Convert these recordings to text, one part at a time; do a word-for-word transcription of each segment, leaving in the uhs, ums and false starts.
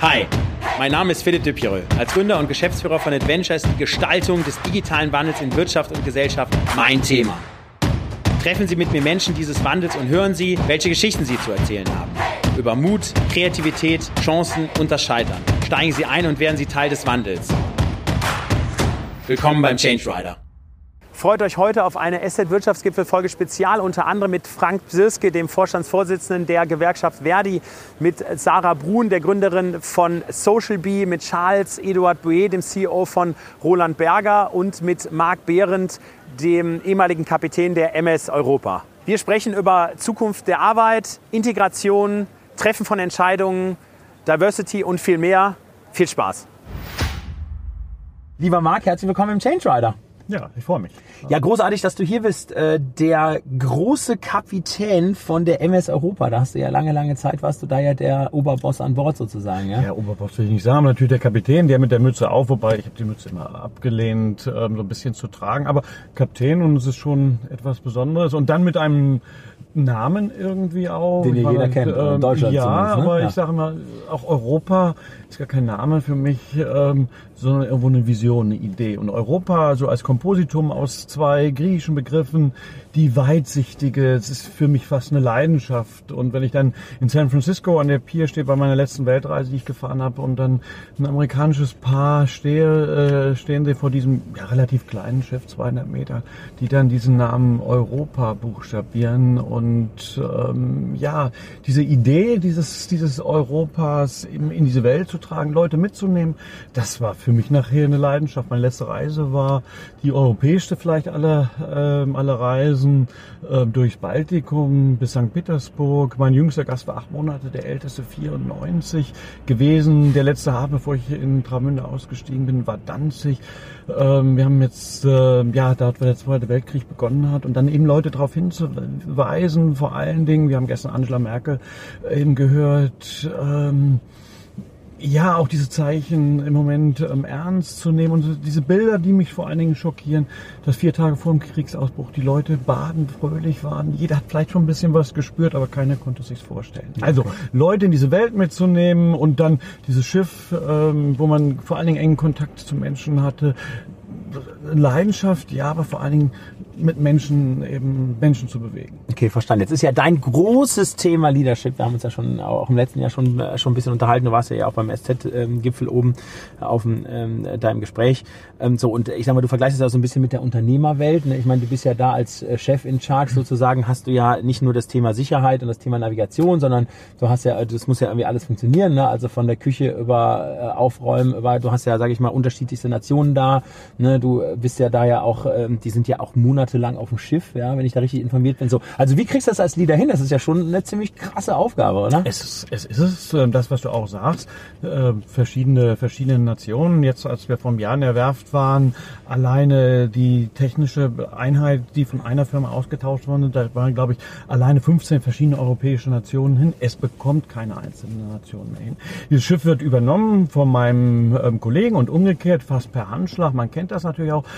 Hi, mein Name ist Philipp de Pireux. Als Gründer und Geschäftsführer von Adventure ist die Gestaltung des digitalen Wandels in Wirtschaft und Gesellschaft mein Thema. Treffen Sie mit mir Menschen dieses Wandels und hören Sie, welche Geschichten sie zu erzählen haben. Über Mut, Kreativität, Chancen und das Scheitern. Steigen Sie ein und werden Sie Teil des Wandels. Willkommen beim Change Rider. Freut euch heute auf eine S Z-Wirtschaftsgipfel-Folge Spezial, unter anderem mit Frank Bsirske, dem Vorstandsvorsitzenden der Gewerkschaft Verdi, mit Sarah Bruhn, der Gründerin von Socialbee, mit Charles Eduard Bouet, dem C E O von Roland Berger und mit Marc Behrendt, dem ehemaligen Kapitän der M S Europa. Wir sprechen über Zukunft der Arbeit, Integration, Treffen von Entscheidungen, Diversity und viel mehr. Viel Spaß! Lieber Marc, herzlich willkommen im Change Rider. Ja, ich freue mich. Ja, großartig, dass du hier bist. Der große Kapitän von der M S Europa. Da hast du ja lange, lange Zeit, warst du da ja der Oberboss an Bord sozusagen. Ja, ja, Oberboss will ich nicht sagen, aber natürlich der Kapitän, der mit der Mütze auf, wobei ich habe die Mütze immer abgelehnt, so ein bisschen zu tragen. Aber Kapitän, und es ist schon etwas Besonderes. Und dann mit einem Namen irgendwie auch. Den jeder kennt, äh, in Deutschland ja, zumindest. Ne? Aber ja. ich sage mal, auch Europa ist gar kein Name für mich, ähm, sondern irgendwo eine Vision, eine Idee. Und Europa so als Kompositum aus zwei griechischen Begriffen, die weitsichtige, es ist für mich fast eine Leidenschaft. Und wenn ich dann in San Francisco an der Pier stehe bei meiner letzten Weltreise, die ich gefahren habe, und dann ein amerikanisches Paar stehe, äh, stehen sie vor diesem ja, relativ kleinen Schiff, zweihundert Meter, die dann diesen Namen Europa buchstabieren. Und ähm, ja, diese Idee dieses, dieses Europas in, in diese Welt zu tragen, Leute mitzunehmen, das war für mich nachher eine Leidenschaft. Meine letzte Reise war die europäischste vielleicht aller, äh, aller Reisen. Durchs Baltikum bis Sankt Petersburg. Mein jüngster Gast war acht Monate, der älteste vierundneunzig gewesen. Der letzte Hafen, bevor ich in Travemünde ausgestiegen bin, war Danzig. Wir haben jetzt, ja, da wo der Zweite Weltkrieg begonnen hat, und dann eben Leute darauf hinzuweisen, vor allen Dingen, wir haben gestern Angela Merkel eben gehört, ähm, ja, auch diese Zeichen im Moment ähm, ernst zu nehmen, und diese Bilder, die mich vor allen Dingen schockieren, dass vier Tage vor dem Kriegsausbruch die Leute baden, fröhlich waren. Jeder hat vielleicht schon ein bisschen was gespürt, aber keiner konnte es sich vorstellen. Also Leute in diese Welt mitzunehmen und dann dieses Schiff, ähm, wo man vor allen Dingen engen Kontakt zu Menschen hatte, Leidenschaft, ja, aber vor allen Dingen mit Menschen eben Menschen zu bewegen. Okay, verstanden. Jetzt ist ja dein großes Thema Leadership. Wir haben uns ja schon auch im letzten Jahr schon schon ein bisschen unterhalten. Du warst ja auch beim S Z-Gipfel oben auf dem, ähm, da im Gespräch. Ähm, so, und ich sag mal, du vergleichst es auch so ein bisschen mit der Unternehmerwelt. Ne? Ich meine, du bist ja da als Chef in Charge sozusagen, hast du ja nicht nur das Thema Sicherheit und das Thema Navigation, sondern du hast ja, das muss ja irgendwie alles funktionieren. Ne? Also von der Küche über äh, Aufräumen, über, du hast ja, sage ich mal, unterschiedlichste Nationen da. Ne? Du bist ja da ja auch, ähm, die sind ja auch monatelang auf dem Schiff, ja, wenn ich da richtig informiert bin. So, also wie kriegst du das als Leader hin? Das ist ja schon eine ziemlich krasse Aufgabe, oder? Es ist, es ist es, das, was du auch sagst, äh, verschiedene, verschiedene Nationen. Jetzt, als wir vor einem Jahr in der Werft waren, alleine die technische Einheit, die von einer Firma ausgetauscht wurde, da waren, glaube ich, alleine fünfzehn verschiedene europäische Nationen hin. Es bekommt keine einzelne Nation mehr hin. Dieses Schiff wird übernommen von meinem ähm, Kollegen und umgekehrt, fast per Handschlag. Man kennt das natürlich auch.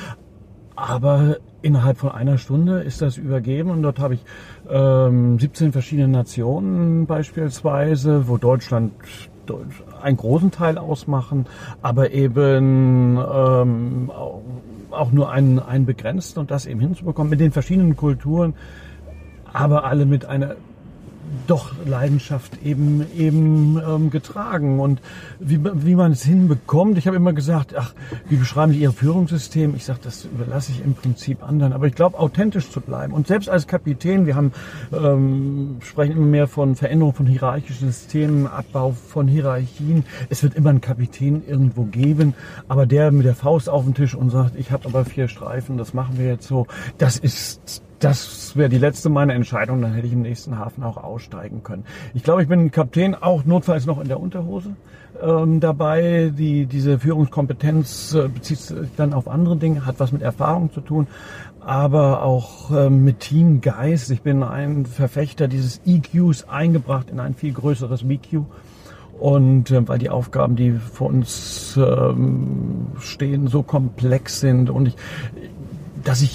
Aber innerhalb von einer Stunde ist das übergeben, und dort habe ich ähm, siebzehn verschiedene Nationen beispielsweise, wo Deutschland einen großen Teil ausmachen, aber eben ähm, auch nur einen, einen begrenzten, und das eben hinzubekommen mit den verschiedenen Kulturen, aber alle mit einer doch Leidenschaft eben eben ähm, getragen. Und wie, wie man es hinbekommt, ich habe immer gesagt, ach, wie beschreiben Sie Ihr Führungssystem? Ich sage, das überlasse ich im Prinzip anderen. Aber ich glaube, authentisch zu bleiben. Und selbst als Kapitän, wir haben ähm, sprechen immer mehr von Veränderung von hierarchischen Systemen, Abbau von Hierarchien. Es wird immer einen Kapitän irgendwo geben, aber der mit der Faust auf den Tisch und sagt, ich habe aber vier Streifen, das machen wir jetzt so, das ist Das wäre die letzte meiner Entscheidung, dann hätte ich im nächsten Hafen auch aussteigen können. Ich glaube, ich bin Kapitän, auch notfalls noch in der Unterhose ähm, dabei. Die, diese Führungskompetenz äh, bezieht sich dann auf andere Dinge, hat was mit Erfahrung zu tun, aber auch äh, mit Teamgeist. Ich bin ein Verfechter dieses E Qs eingebracht in ein viel größeres V Q. Und äh, weil die Aufgaben, die vor uns ähm, stehen, so komplex sind, und ich, dass ich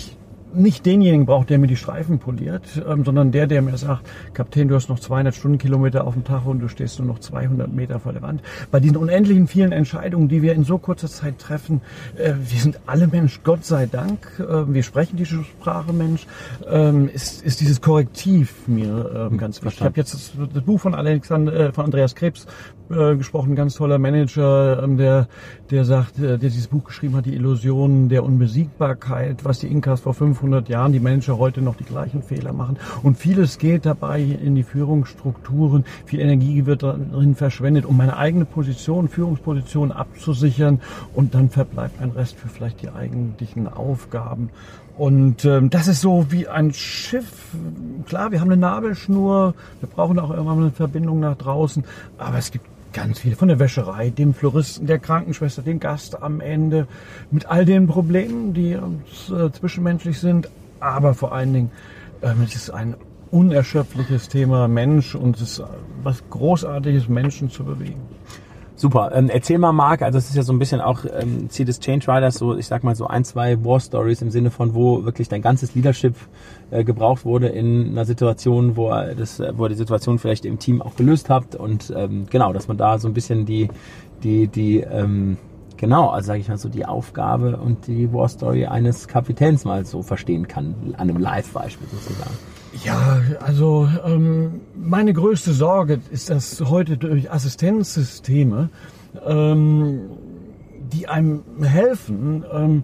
nicht denjenigen braucht, der mir die Streifen poliert, ähm, sondern der, der mir sagt, Kapitän, du hast noch zweihundert Stundenkilometer auf dem Tacho und du stehst nur noch zweihundert Meter vor der Wand. Bei diesen unendlichen vielen Entscheidungen, die wir in so kurzer Zeit treffen, äh, wir sind alle Mensch, Gott sei Dank, äh, wir sprechen diese Sprache Mensch, ähm, ist, ist dieses Korrektiv mir äh, ganz wichtig. Ich habe jetzt das, das Buch von Alexander, äh, von Andreas Krebs äh, gesprochen, ganz toller Manager, ähm, der, der sagt, äh, der dieses Buch geschrieben hat, die Illusion der Unbesiegbarkeit, was die Inkas vor fünfhundert Jahren, die Manager heute noch die gleichen Fehler machen. Und vieles geht dabei in die Führungsstrukturen, viel Energie wird darin verschwendet, um meine eigene Position, Führungsposition abzusichern, und dann verbleibt ein Rest für vielleicht die eigentlichen Aufgaben. Und ähm, das ist so wie ein Schiff. Klar, wir haben eine Nabelschnur, wir brauchen auch irgendwann eine Verbindung nach draußen, aber es gibt ganz viele, von der Wäscherei, dem Floristen, der Krankenschwester, dem Gast am Ende, mit all den Problemen, die äh, zwischenmenschlich sind, aber vor allen Dingen, äh, es ist ein unerschöpfliches Thema Mensch, und es ist was Großartiges, Menschen zu bewegen. Super. Ähm, erzähl mal, Marc, also es ist ja so ein bisschen auch ähm, Ziel des Change Riders, so ich sag mal so ein, zwei War Stories im Sinne von, wo wirklich dein ganzes Leadership äh, gebraucht wurde in einer Situation, wo er das, wo ihr die Situation vielleicht im Team auch gelöst habt, und ähm, genau, dass man da so ein bisschen die, die, die, ähm, genau, also sage ich mal so die Aufgabe und die War Story eines Kapitäns mal so verstehen kann, an einem Live-Beispiel sozusagen. Ja, also ähm, meine größte Sorge ist, dass heute durch Assistenzsysteme, ähm, die einem helfen, ähm,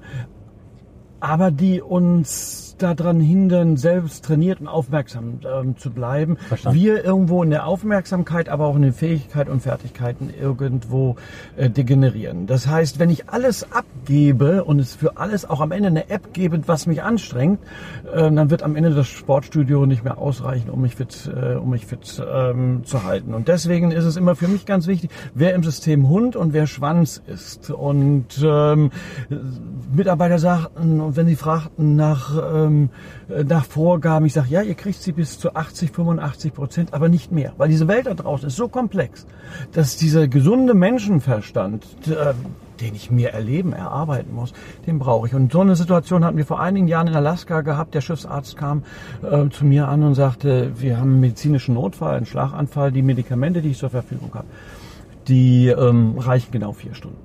aber die uns daran hindern, selbst trainiert und aufmerksam ähm, zu bleiben. Verstanden. Wir irgendwo in der Aufmerksamkeit, aber auch in den Fähigkeiten und Fertigkeiten irgendwo äh, degenerieren. Das heißt, wenn ich alles abgebe und es für alles auch am Ende eine App gebe, was mich anstrengt, äh, dann wird am Ende das Sportstudio nicht mehr ausreichen, um mich fit, äh, um mich fit ähm, zu halten. Und deswegen ist es immer für mich ganz wichtig, wer im System Hund und wer Schwanz ist. Und ähm, Mitarbeiter sagten, und wenn sie fragten nach ähm, nach Vorgaben, ich sage, ja, ihr kriegt sie bis zu achtzig, fünfundachtzig Prozent, aber nicht mehr. Weil diese Welt da draußen ist so komplex, dass dieser gesunde Menschenverstand, äh, den ich mir erleben, erarbeiten muss, den brauche ich. Und so eine Situation hatten wir vor einigen Jahren in Alaska gehabt. Der Schiffsarzt kam äh, zu mir an und sagte, wir haben einen medizinischen Notfall, einen Schlaganfall, die Medikamente, die ich zur Verfügung habe, die ähm, reichen genau vier Stunden.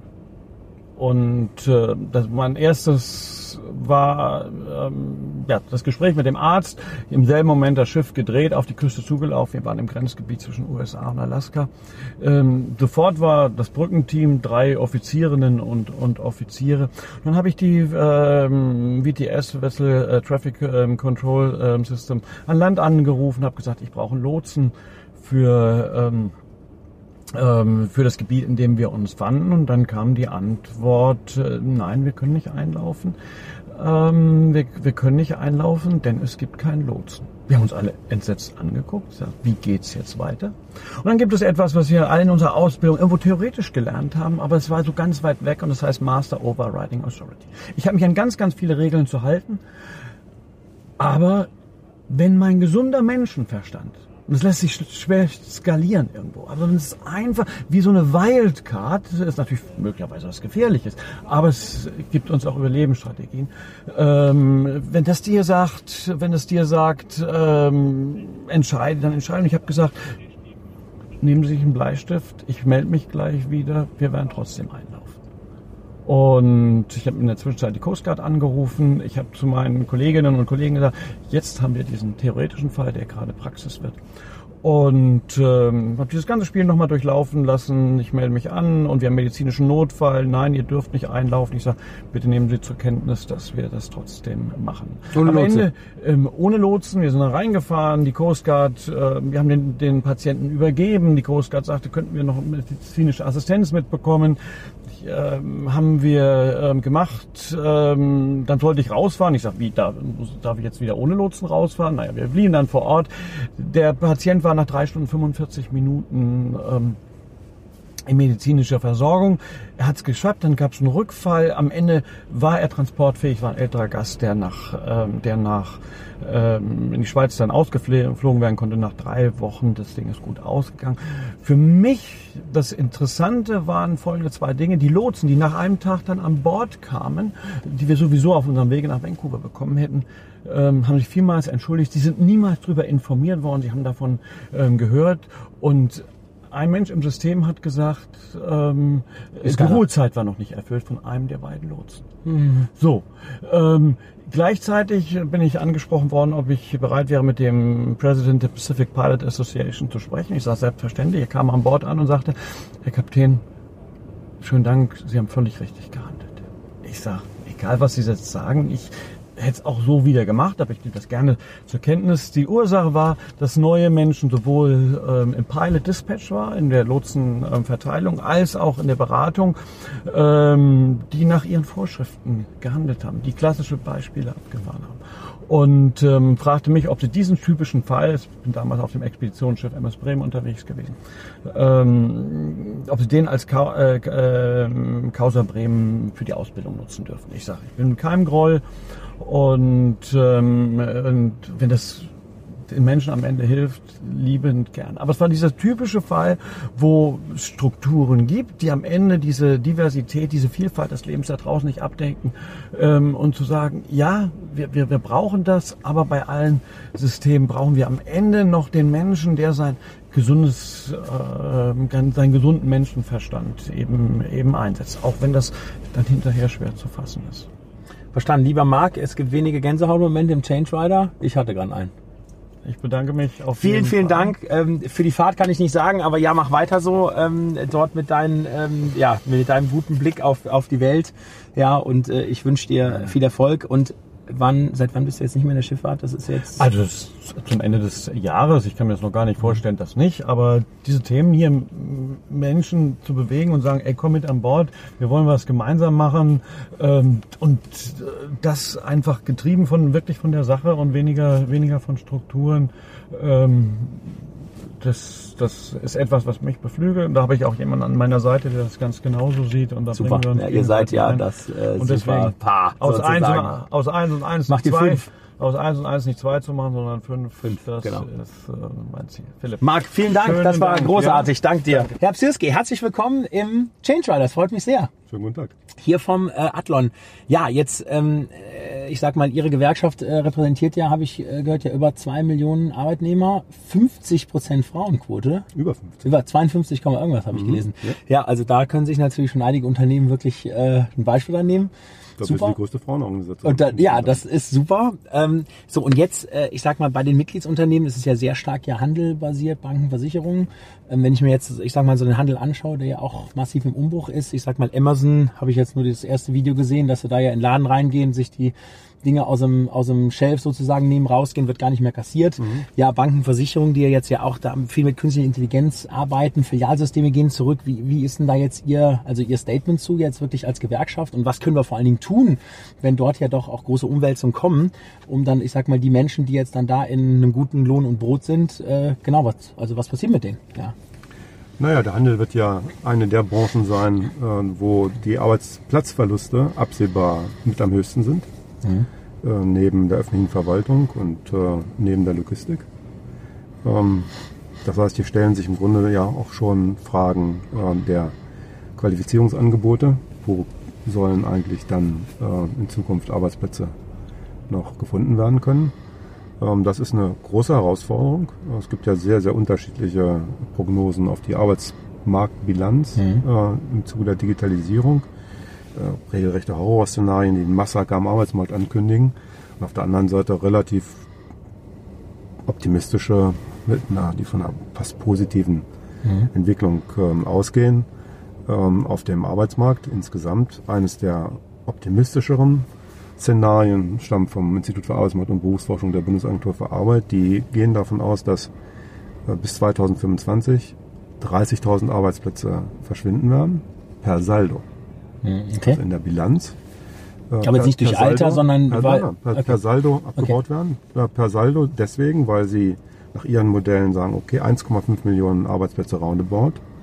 Und äh, das, mein erstes war ähm, ja, das Gespräch mit dem Arzt. Im selben Moment das Schiff gedreht, auf die Küste zugelaufen. Wir waren im Grenzgebiet zwischen U S A und Alaska. Ähm, sofort war das Brückenteam, drei Offizierinnen und, und Offiziere. Und dann habe ich die ähm, V T S, Vessel äh, Traffic ähm, Control ähm, System, an Land angerufen, habe gesagt, ich brauche einen Lotsen für... Ähm, für das Gebiet, in dem wir uns fanden. Und dann kam die Antwort, äh, nein, wir können nicht einlaufen. Ähm, wir, wir können nicht einlaufen, denn es gibt keinen Lotsen. Wir haben uns alle entsetzt angeguckt, gesagt, wie geht's jetzt weiter? Und dann gibt es etwas, was wir alle in unserer Ausbildung irgendwo theoretisch gelernt haben, aber es war so ganz weit weg, und das heißt Master Overriding Authority. Ich habe mich an ganz, ganz viele Regeln zu halten, aber wenn mein gesunder Menschenverstand, und das lässt sich schwer skalieren irgendwo. Aber wenn es einfach wie so eine Wildcard, das ist natürlich möglicherweise was Gefährliches, aber es gibt uns auch Überlebensstrategien. Ähm, wenn das dir sagt, wenn es dir sagt, ähm, entscheide, dann entscheide. Und ich habe gesagt, nehmen Sie sich einen Bleistift, ich melde mich gleich wieder, wir werden trotzdem einlaufen. Und ich habe in der Zwischenzeit die Coast Guard angerufen. Ich habe zu meinen Kolleginnen und Kollegen gesagt, jetzt haben wir diesen theoretischen Fall, der gerade Praxis wird. Und ähm, habe dieses ganze Spiel nochmal durchlaufen lassen. Ich melde mich an und wir haben medizinischen Notfall. Nein, ihr dürft nicht einlaufen. Ich sage, bitte nehmen Sie zur Kenntnis, dass wir das trotzdem machen. Ohne Am Lotsen. Ende ähm, ohne Lotsen. Wir sind da reingefahren. Die Coast Guard, äh, wir haben den, den Patienten übergeben. Die Coast Guard sagte, könnten wir noch medizinische Assistenz mitbekommen. Ähm, haben wir ähm, gemacht. Ähm, dann sollte ich rausfahren. Ich sage, wie, darf, darf ich jetzt wieder ohne Lotsen rausfahren? Naja, wir blieben dann vor Ort. Der Patient war nach drei Stunden fünfundvierzig Minuten ähm, in medizinischer Versorgung. Er hat es geschafft, dann gab es einen Rückfall. Am Ende war er transportfähig, war ein älterer Gast, der nach, ähm, der nach ähm, in die Schweiz dann ausgeflogen werden konnte nach drei Wochen. Das Ding ist gut ausgegangen. Für mich das Interessante waren folgende zwei Dinge. Die Lotsen, die nach einem Tag dann an Bord kamen, die wir sowieso auf unserem Wege nach Vancouver bekommen hätten, ähm, haben sich vielmals entschuldigt. Sie sind niemals darüber informiert worden. Sie haben davon ähm, gehört und ein Mensch im System hat gesagt, ähm, die Ruhezeit war noch nicht erfüllt von einem der beiden Lotsen. Mhm. So, ähm, gleichzeitig bin ich angesprochen worden, ob ich bereit wäre, mit dem President der Pacific Pilot Association zu sprechen. Ich sage selbstverständlich. Er kam an Bord an und sagte, Herr Kapitän, schönen Dank, Sie haben völlig richtig gehandelt. Ich sage, egal was Sie jetzt sagen, ich hätte es auch so wieder gemacht, aber ich nehme das gerne zur Kenntnis. Die Ursache war, dass neue Menschen sowohl ähm, im Pilot Dispatch war, in der Lotsenverteilung, ähm, als auch in der Beratung, ähm, die nach ihren Vorschriften gehandelt haben, die klassische Beispiele abgefahren haben. Und ähm, fragte mich, ob sie diesen typischen Fall, ich bin damals auf dem Expeditionsschiff M S Bremen unterwegs gewesen, ähm, ob sie den als Ka äh, äh, Causa Bremen für die Ausbildung nutzen dürfen. Ich sage, ich bin mit keinem Groll und, ähm, und wenn das den Menschen am Ende hilft, liebend gern. Aber es war dieser typische Fall, wo Strukturen gibt, die am Ende diese Diversität, diese Vielfalt des Lebens da draußen nicht abdenken ähm, und zu sagen, ja, wir, wir, wir brauchen das, aber bei allen Systemen brauchen wir am Ende noch den Menschen, der sein gesundes, äh, seinen gesunden Menschenverstand eben, eben einsetzt, auch wenn das dann hinterher schwer zu fassen ist. Verstanden. Lieber Marc, es gibt wenige Gänsehautmomente im Change Rider. Ich hatte gerade einen. Ich bedanke mich auf Vielen, jeden vielen Fall. Dank. Ähm, für die Fahrt kann ich nicht sagen, aber ja, mach weiter so. Ähm, dort mit deinem, ähm, ja, mit deinem guten Blick auf, auf die Welt. Ja, und äh, ich wünsche dir viel Erfolg. Und wann, seit wann bist du jetzt nicht mehr in der Schifffahrt? Das ist jetzt. Also das ist zum Ende des Jahres. Ich kann mir das noch gar nicht vorstellen, das nicht. Aber diese Themen hier, Menschen zu bewegen und sagen, ey, komm mit an Bord, wir wollen was gemeinsam machen. Ähm, und das einfach getrieben von wirklich von der Sache und weniger weniger von Strukturen. Ähm, das, das ist etwas, was mich beflügelt. Und da habe ich auch jemanden an meiner Seite, der das ganz genauso sieht. Und da super. bringen wir uns Ja, ihr seid ja ein. das äh, und super Paar. Aus eins, und, aus eins und eins macht ihr zwei. fünf. Aus eins und eins nicht zwei zu machen, sondern fünf. Fünf, das genau. ist äh, mein Ziel. Philipp. Marc, vielen Dank. Schönen das war Dank. großartig. Ja. Dank dir. Danke. Herr Psirski, herzlich willkommen im Change Rider. Das freut mich sehr. Schönen guten Tag. Hier vom äh, Athlon. Ja, jetzt, ähm, äh, ich sag mal, Ihre Gewerkschaft äh, repräsentiert ja, habe ich äh, gehört, ja über zwei Millionen Arbeitnehmer, fünfzig Prozent Frauenquote. Über fünfzig. Über zweiundfünfzig, irgendwas habe ich Mhm, gelesen. ja. Ja, also da können sich natürlich schon einige Unternehmen wirklich äh, ein Beispiel annehmen. Das Super. ist die größte Frauenorganisation. Und da, ja, das ist super. Ähm, so, und jetzt, äh, ich sag mal, bei den Mitgliedsunternehmen ist es ja sehr stark ja handelbasiert, Banken, Versicherungen. Ähm, wenn ich mir jetzt, ich sag mal, so den Handel anschaue, der ja auch massiv im Umbruch ist, ich sag mal, Amazon, habe ich jetzt nur das erste Video gesehen, dass sie da ja in den Laden reingehen, sich die Dinge aus dem, aus dem Shelf sozusagen nehmen, rausgehen, wird gar nicht mehr kassiert. Mhm. Ja, Banken, Versicherungen, die ja jetzt ja auch da viel mit künstlicher Intelligenz arbeiten, Filialsysteme gehen zurück. Wie, wie ist denn da jetzt Ihr, also Ihr Statement zu, jetzt wirklich als Gewerkschaft? Und was können wir vor allen Dingen tun, wenn dort ja doch auch große Umwälzungen kommen, um dann, ich sag mal, die Menschen, die jetzt dann da in einem guten Lohn und Brot sind, äh, genau was, also was passiert mit denen? Ja. Naja, der Handel wird ja eine der Branchen sein, wo die Arbeitsplatzverluste absehbar mit am höchsten sind. Mhm. Äh, neben der öffentlichen Verwaltung und äh, neben der Logistik. Ähm, das heißt, hier stellen sich im Grunde ja auch schon Fragen äh, der Qualifizierungsangebote. Wo sollen eigentlich dann äh, in Zukunft Arbeitsplätze noch gefunden werden können? Ähm, das ist eine große Herausforderung. Es gibt ja sehr, sehr unterschiedliche Prognosen auf die Arbeitsmarktbilanz mhm. äh, im Zuge der Digitalisierung. Äh, regelrechte Horrorszenarien, die ein Massaker am Arbeitsmarkt ankündigen. Und auf der anderen Seite relativ optimistische, na, die von einer fast positiven mhm. Entwicklung ähm, ausgehen. Ähm, auf dem Arbeitsmarkt insgesamt eines der optimistischeren Szenarien stammt vom Institut für Arbeitsmarkt und Berufsforschung der Bundesagentur für Arbeit. Die gehen davon aus, dass äh, bis zweitausendfünfundzwanzig dreißigtausend Arbeitsplätze verschwinden werden, per Saldo. Okay. Also in der Bilanz. Äh, Aber jetzt nicht durch Alter, Saldo, sondern per, weil, per, okay. per Saldo abgebaut okay. werden. Äh, per Saldo deswegen, weil sie nach ihren Modellen sagen, okay, eins Komma fünf Millionen Arbeitsplätze roundabout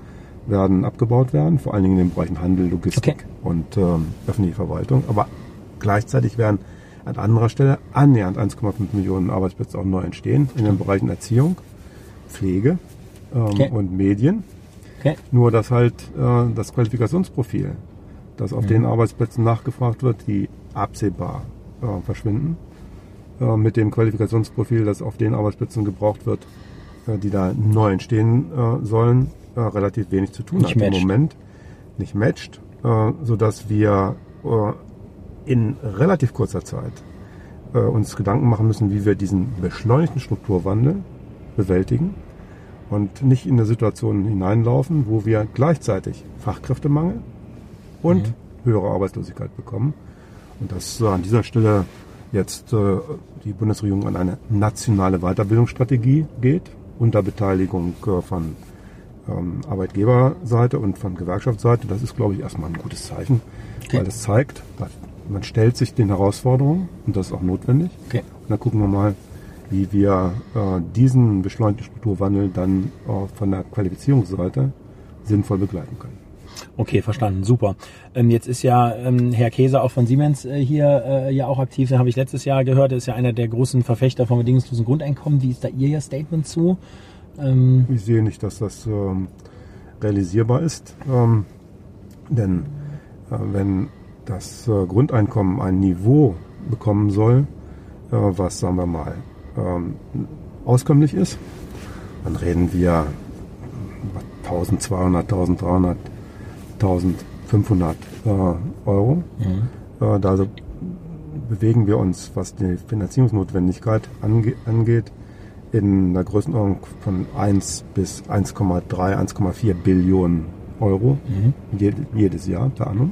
werden abgebaut werden, vor allen Dingen in den Bereichen Handel, Logistik okay. und ähm, öffentliche Verwaltung. Aber gleichzeitig werden an anderer Stelle annähernd eins Komma fünf Millionen Arbeitsplätze auch neu entstehen in den Bereichen Erziehung, Pflege ähm, okay. und Medien. Okay. Nur dass halt äh, das Qualifikationsprofil, das auf mhm. den Arbeitsplätzen nachgefragt wird, die absehbar äh, verschwinden, äh, mit dem Qualifikationsprofil, das auf den Arbeitsplätzen gebraucht wird, äh, die da neu entstehen äh, sollen, äh, relativ wenig zu tun nicht hat matcht. im Moment. Nicht matcht, äh, sodass wir äh, in relativ kurzer Zeit äh, uns Gedanken machen müssen, wie wir diesen beschleunigten Strukturwandel bewältigen und nicht in eine Situation hineinlaufen, wo wir gleichzeitig Fachkräftemangel und mhm. höhere Arbeitslosigkeit bekommen. Und dass äh, an dieser Stelle jetzt äh, die Bundesregierung an eine nationale Weiterbildungsstrategie geht, unter Beteiligung äh, von ähm, Arbeitgeberseite und von Gewerkschaftsseite. Das ist, glaube ich, erstmal ein gutes Zeichen, okay. weil das zeigt, dass man stellt sich den Herausforderungen und das ist auch notwendig. Okay. Und dann gucken wir mal, wie wir äh, diesen beschleunigten Strukturwandel dann äh, von der Qualifizierungsseite sinnvoll begleiten können. Okay, verstanden, super. Ähm, jetzt ist ja ähm, Herr Käser auch von Siemens äh, hier äh, ja auch aktiv, den habe ich letztes Jahr gehört, er ist ja einer der großen Verfechter vom bedingungslosen Grundeinkommen. Wie ist da Ihr Statement zu? Ähm ich sehe nicht, dass das ähm, realisierbar ist, ähm, denn äh, wenn das äh, Grundeinkommen ein Niveau bekommen soll, äh, was, sagen wir mal, ähm, auskömmlich ist, dann reden wir eintausendzweihundert, eintausenddreihundert, eintausendfünfhundert äh, Euro. Mhm. Äh, da also bewegen wir uns, was die Finanzierungsnotwendigkeit ange- angeht, in einer Größenordnung von eins bis eins Komma drei, eins Komma vier Billionen Euro mhm. je- jedes Jahr per annum.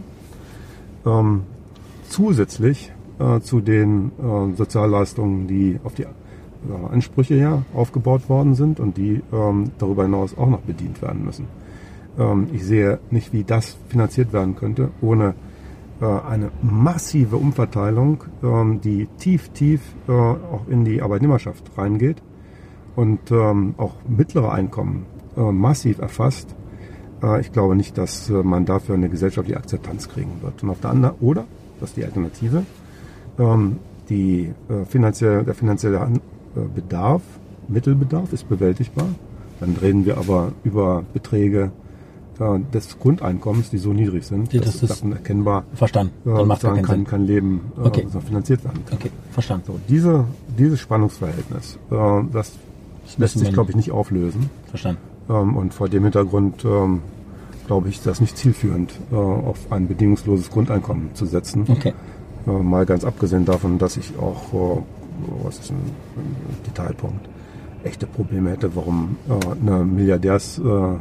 Ähm, zusätzlich äh, zu den äh, Sozialleistungen, die auf die äh, Ansprüche ja aufgebaut worden sind und die ähm, darüber hinaus auch noch bedient werden müssen. Ähm, ich sehe nicht, wie das finanziert werden könnte, ohne äh, eine massive Umverteilung, ähm, die tief, tief äh, auch in die Arbeitnehmerschaft reingeht und ähm, auch mittlere Einkommen äh, massiv erfasst. Ich glaube nicht, dass man dafür eine gesellschaftliche Akzeptanz kriegen wird. Und auf der anderen, oder, das ist die Alternative, ähm, die, äh, finanzielle, der finanzielle äh, Bedarf, Mittelbedarf ist bewältigbar. Dann reden wir aber über Beträge äh, des Grundeinkommens, die so niedrig sind, ja, dass das davon erkennbar verstanden. Äh, Dann macht kein, kein, kein Leben äh, okay. finanziert werden kann. Okay, verstanden. So, diese, dieses Spannungsverhältnis, äh, das, das lässt sich, glaube ich, nicht auflösen. Verstanden. Ähm, und vor dem Hintergrund ähm, glaube ich, das nicht zielführend, äh, auf ein bedingungsloses Grundeinkommen zu setzen. Okay. Äh, mal ganz abgesehen davon, dass ich auch, äh, was ist ein, ein Detailpunkt, echte Probleme hätte, warum äh, eine Milliardärsfamilie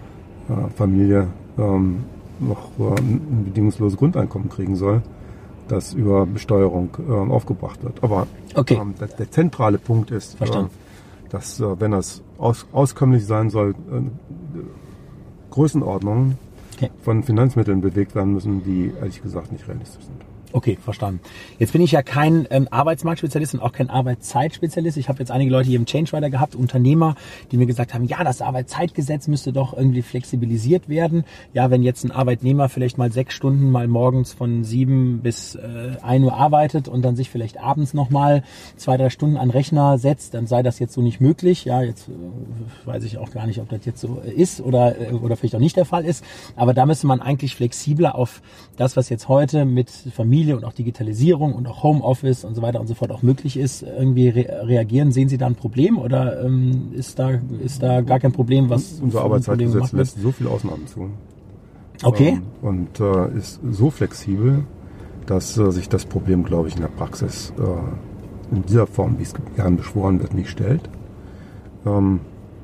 äh, äh, ähm, noch äh, ein bedingungsloses Grundeinkommen kriegen soll, das über Besteuerung äh, aufgebracht wird. Aber okay. ähm, der, der zentrale Punkt ist, äh, dass, äh, wenn das aus, auskömmlich sein soll, äh, Größenordnungen okay. von Finanzmitteln bewegt werden müssen, die ehrlich gesagt nicht realistisch sind. Okay, verstanden. Jetzt bin ich ja kein ähm, Arbeitsmarktspezialist und auch kein Arbeitszeitspezialist. Ich habe jetzt einige Leute hier im Change Rider gehabt, Unternehmer, die mir gesagt haben, ja, das Arbeitszeitgesetz müsste doch irgendwie flexibilisiert werden. Ja, wenn jetzt ein Arbeitnehmer vielleicht mal sechs Stunden mal morgens von sieben bis äh, ein Uhr arbeitet und dann sich vielleicht abends nochmal zwei, drei Stunden an den Rechner setzt, dann sei das jetzt so nicht möglich. Ja, jetzt äh, weiß ich auch gar nicht, ob das jetzt so ist oder, äh, oder vielleicht auch nicht der Fall ist. Aber da müsste man eigentlich flexibler auf das, was jetzt heute mit Familie und auch Digitalisierung und auch Homeoffice und so weiter und so fort auch möglich ist, irgendwie re- reagieren. Sehen Sie da ein Problem oder ähm, ist da ist da gar kein Problem, was unser Arbeitszeitgesetz lässt so viele Ausnahmen zu. Okay. Ähm, und äh, ist so flexibel, dass äh, sich das Problem, glaube ich, in der Praxis äh, in dieser Form, wie es gern beschworen wird, nicht stellt. Ähm,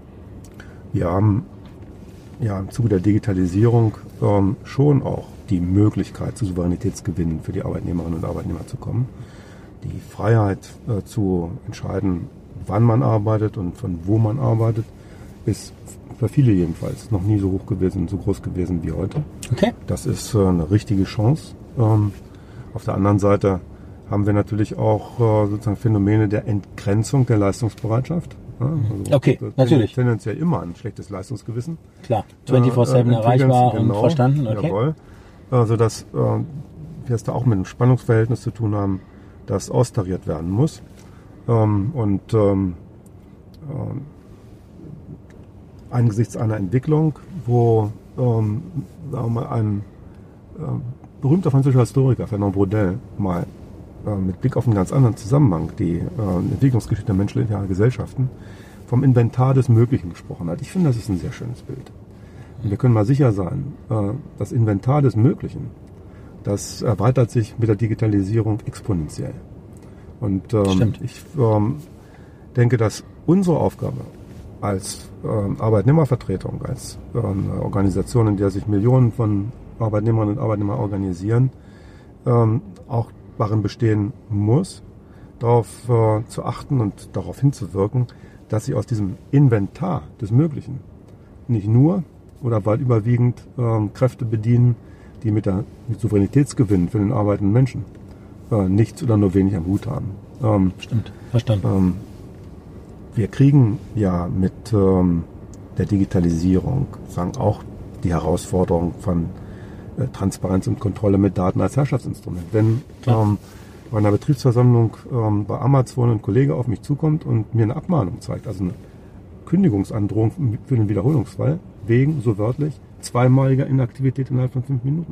wir haben ja im Zuge der Digitalisierung ähm, schon auch die Möglichkeit zu Souveränitätsgewinnen für die Arbeitnehmerinnen und Arbeitnehmer zu kommen. Die Freiheit äh, zu entscheiden, wann man arbeitet und von wo man arbeitet, ist für viele jedenfalls noch nie so hoch gewesen, so groß gewesen wie heute. Okay. Das ist äh, eine richtige Chance. Ähm, auf der anderen Seite haben wir natürlich auch äh, sozusagen Phänomene der Entgrenzung der Leistungsbereitschaft. Also okay, natürlich. Tendenziell immer ein schlechtes Leistungsgewissen. Klar, vierundzwanzig sieben äh, erreichbar und genau, verstanden. Okay. Jawohl. Also dass äh, wir es da auch mit einem Spannungsverhältnis zu tun haben, das austariert werden muss. Ähm, und ähm, äh, angesichts einer Entwicklung, wo ähm, sagen wir mal, ein äh, berühmter französischer Historiker, Fernand Braudel, mal äh, mit Blick auf einen ganz anderen Zusammenhang, die äh, Entwicklungsgeschichte der menschlicher Gesellschaften, vom Inventar des Möglichen gesprochen hat. Ich finde, das ist ein sehr schönes Bild. Und wir können mal sicher sein, äh, das Inventar des Möglichen, das erweitert sich mit der Digitalisierung exponentiell. Und ähm, ich ähm, denke, dass unsere Aufgabe als ähm, Arbeitnehmervertretung, als äh, eine Organisation, in der sich Millionen von Arbeitnehmerinnen und Arbeitnehmern organisieren, ähm, auch darin bestehen muss, darauf äh, zu achten und darauf hinzuwirken, dass sie aus diesem Inventar des Möglichen nicht nur oder bald überwiegend ähm, Kräfte bedienen, die mit der mit Souveränitätsgewinn für den arbeitenden Menschen äh, nichts oder nur wenig am Hut haben. Ähm, Stimmt, verstanden. Ähm, wir kriegen ja mit ähm, der Digitalisierung sagen auch die Herausforderung von äh, Transparenz und Kontrolle mit Daten als Herrschaftsinstrument. Wenn ähm, bei einer Betriebsversammlung ähm, bei Amazon ein Kollege auf mich zukommt und mir eine Abmahnung zeigt, also eine Kündigungsandrohung für den Wiederholungsfall, wegen, so wörtlich, zweimaliger Inaktivität innerhalb von fünf Minuten.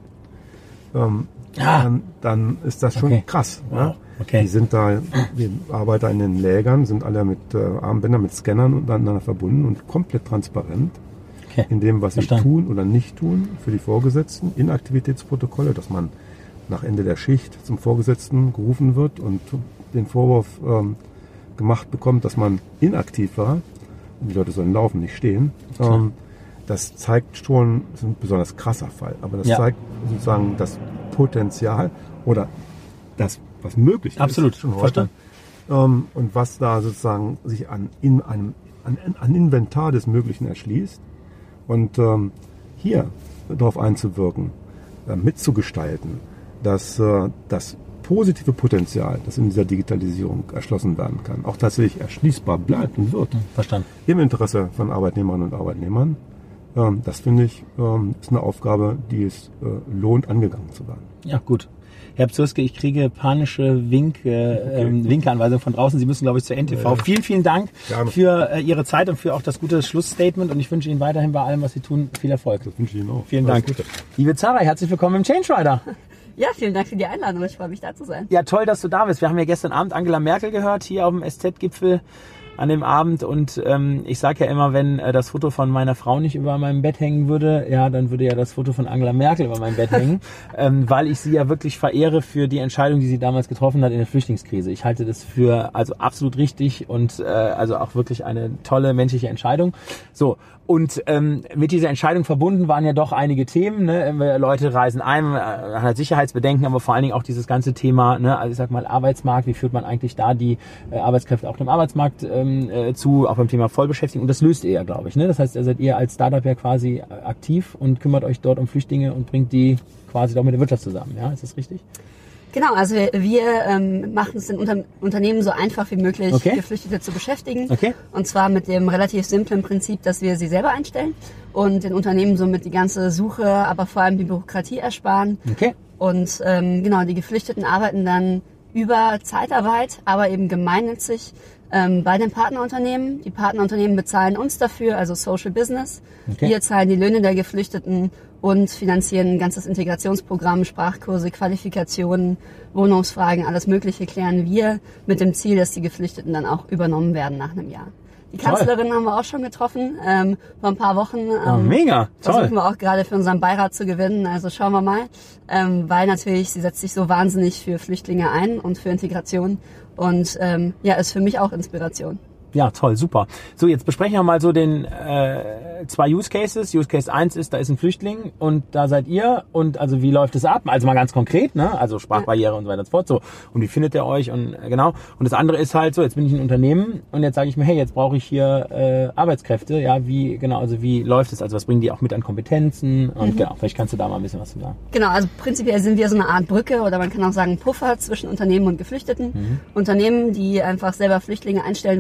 Ähm, ah. dann, dann ist das schon okay. krass. Wow. Ja? Okay. Die sind da, die Arbeiter in den Lägern sind alle mit äh, Armbändern, mit Scannern untereinander verbunden und komplett transparent okay. in dem, was Verstanden. sie tun oder nicht tun für die Vorgesetzten. Inaktivitätsprotokolle, dass man nach Ende der Schicht zum Vorgesetzten gerufen wird und den Vorwurf ähm, gemacht bekommt, dass man inaktiv war. Die Leute sollen laufen, nicht stehen. Ähm, das zeigt schon, das ist ein besonders krasser Fall, aber das ja. zeigt sozusagen das Potenzial oder das, was möglich Absolut. ist schon heute. Ähm, und was da sozusagen sich an, in einem, an, an Inventar des Möglichen erschließt. Und ähm, hier darauf einzuwirken, äh, mitzugestalten, dass äh, das positive Potenzial, das in dieser Digitalisierung erschlossen werden kann, auch tatsächlich erschließbar bleibt und wird. Verstanden. Im Interesse von Arbeitnehmerinnen und Arbeitnehmern. Ähm, das finde ich, ähm, ist eine Aufgabe, die es äh, lohnt, angegangen zu werden. Ja, gut. Herr Pzurske, ich kriege panische Winke, okay. ähm, Winkeanweisungen von draußen. Sie müssen, glaube ich, zur N T V. Ja. Vielen, vielen Dank Gerne. für äh, Ihre Zeit und für auch das gute Schlussstatement. Und ich wünsche Ihnen weiterhin bei allem, was Sie tun, viel Erfolg. Das wünsche ich Ihnen auch. Vielen Alles Dank. Gute. Liebe Zara, herzlich willkommen im Change Rider. Ja, vielen Dank für die Einladung. Ich freue mich, da zu sein. Ja, toll, dass du da bist. Wir haben ja gestern Abend Angela Merkel gehört, hier auf dem S Z-Gipfel an dem Abend. Und ähm, ich sage ja immer, wenn äh, das Foto von meiner Frau nicht über meinem Bett hängen würde, ja, dann würde ja das Foto von Angela Merkel über meinem Bett hängen, ähm, weil ich sie ja wirklich verehre für die Entscheidung, die sie damals getroffen hat in der Flüchtlingskrise. Ich halte das für also absolut richtig und äh, also auch wirklich eine tolle menschliche Entscheidung. So. Und ähm, mit dieser Entscheidung verbunden waren ja doch einige Themen. Ne? Leute reisen ein, man hat Sicherheitsbedenken, aber vor allen Dingen auch dieses ganze Thema, ne? Also ich sag mal Arbeitsmarkt, wie führt man eigentlich da die äh, Arbeitskräfte auch dem Arbeitsmarkt ähm, äh, zu, auch beim Thema Vollbeschäftigung. Und das löst ihr ja, glaube ich. Ne? Das heißt, ihr seid ihr als Startup ja quasi aktiv und kümmert euch dort um Flüchtlinge und bringt die quasi doch mit der Wirtschaft zusammen. Ja, ist das richtig? Genau, also wir, wir ähm, machen es den Unter- Unternehmen so einfach wie möglich, okay. Geflüchtete zu beschäftigen. Okay. Und zwar mit dem relativ simplen Prinzip, dass wir sie selber einstellen und den Unternehmen somit die ganze Suche, aber vor allem die Bürokratie ersparen. Okay. Und ähm, genau, die Geflüchteten arbeiten dann über Zeitarbeit, aber eben gemeinnützig ähm, bei den Partnerunternehmen. Die Partnerunternehmen bezahlen uns dafür, also Social Business. Okay. Wir zahlen die Löhne der Geflüchteten und finanzieren ein ganzes Integrationsprogramm, Sprachkurse, Qualifikationen, Wohnungsfragen, alles Mögliche klären wir mit dem Ziel, dass die Geflüchteten dann auch übernommen werden nach einem Jahr. Die Kanzlerin toll. haben wir auch schon getroffen, ähm, vor ein paar Wochen. Ähm, oh, mega, toll. Versuchen wir auch gerade für unseren Beirat zu gewinnen, also schauen wir mal. Ähm, weil natürlich, sie setzt sich so wahnsinnig für Flüchtlinge ein und für Integration und ähm, ja, ist für mich auch Inspiration. Ja, toll, super. So, jetzt besprechen wir mal so den äh, zwei Use Cases. Use Case eins ist, da ist ein Flüchtling und da seid ihr und also wie läuft es ab? Also mal ganz konkret, ne? Also Sprachbarriere ja. und so weiter und so fort. So, und wie findet ihr euch und äh, genau. Und das andere ist halt so, jetzt bin ich ein Unternehmen und jetzt sage ich mir, hey, jetzt brauche ich hier äh, Arbeitskräfte. Ja, wie genau, also wie läuft es? Also was bringen die auch mit an Kompetenzen? Und mhm. genau, vielleicht kannst du da mal ein bisschen was zu sagen. Genau, also prinzipiell sind wir so eine Art Brücke oder man kann auch sagen Puffer zwischen Unternehmen und Geflüchteten. Mhm. Unternehmen, die einfach selber Flüchtlinge einstellen wollen,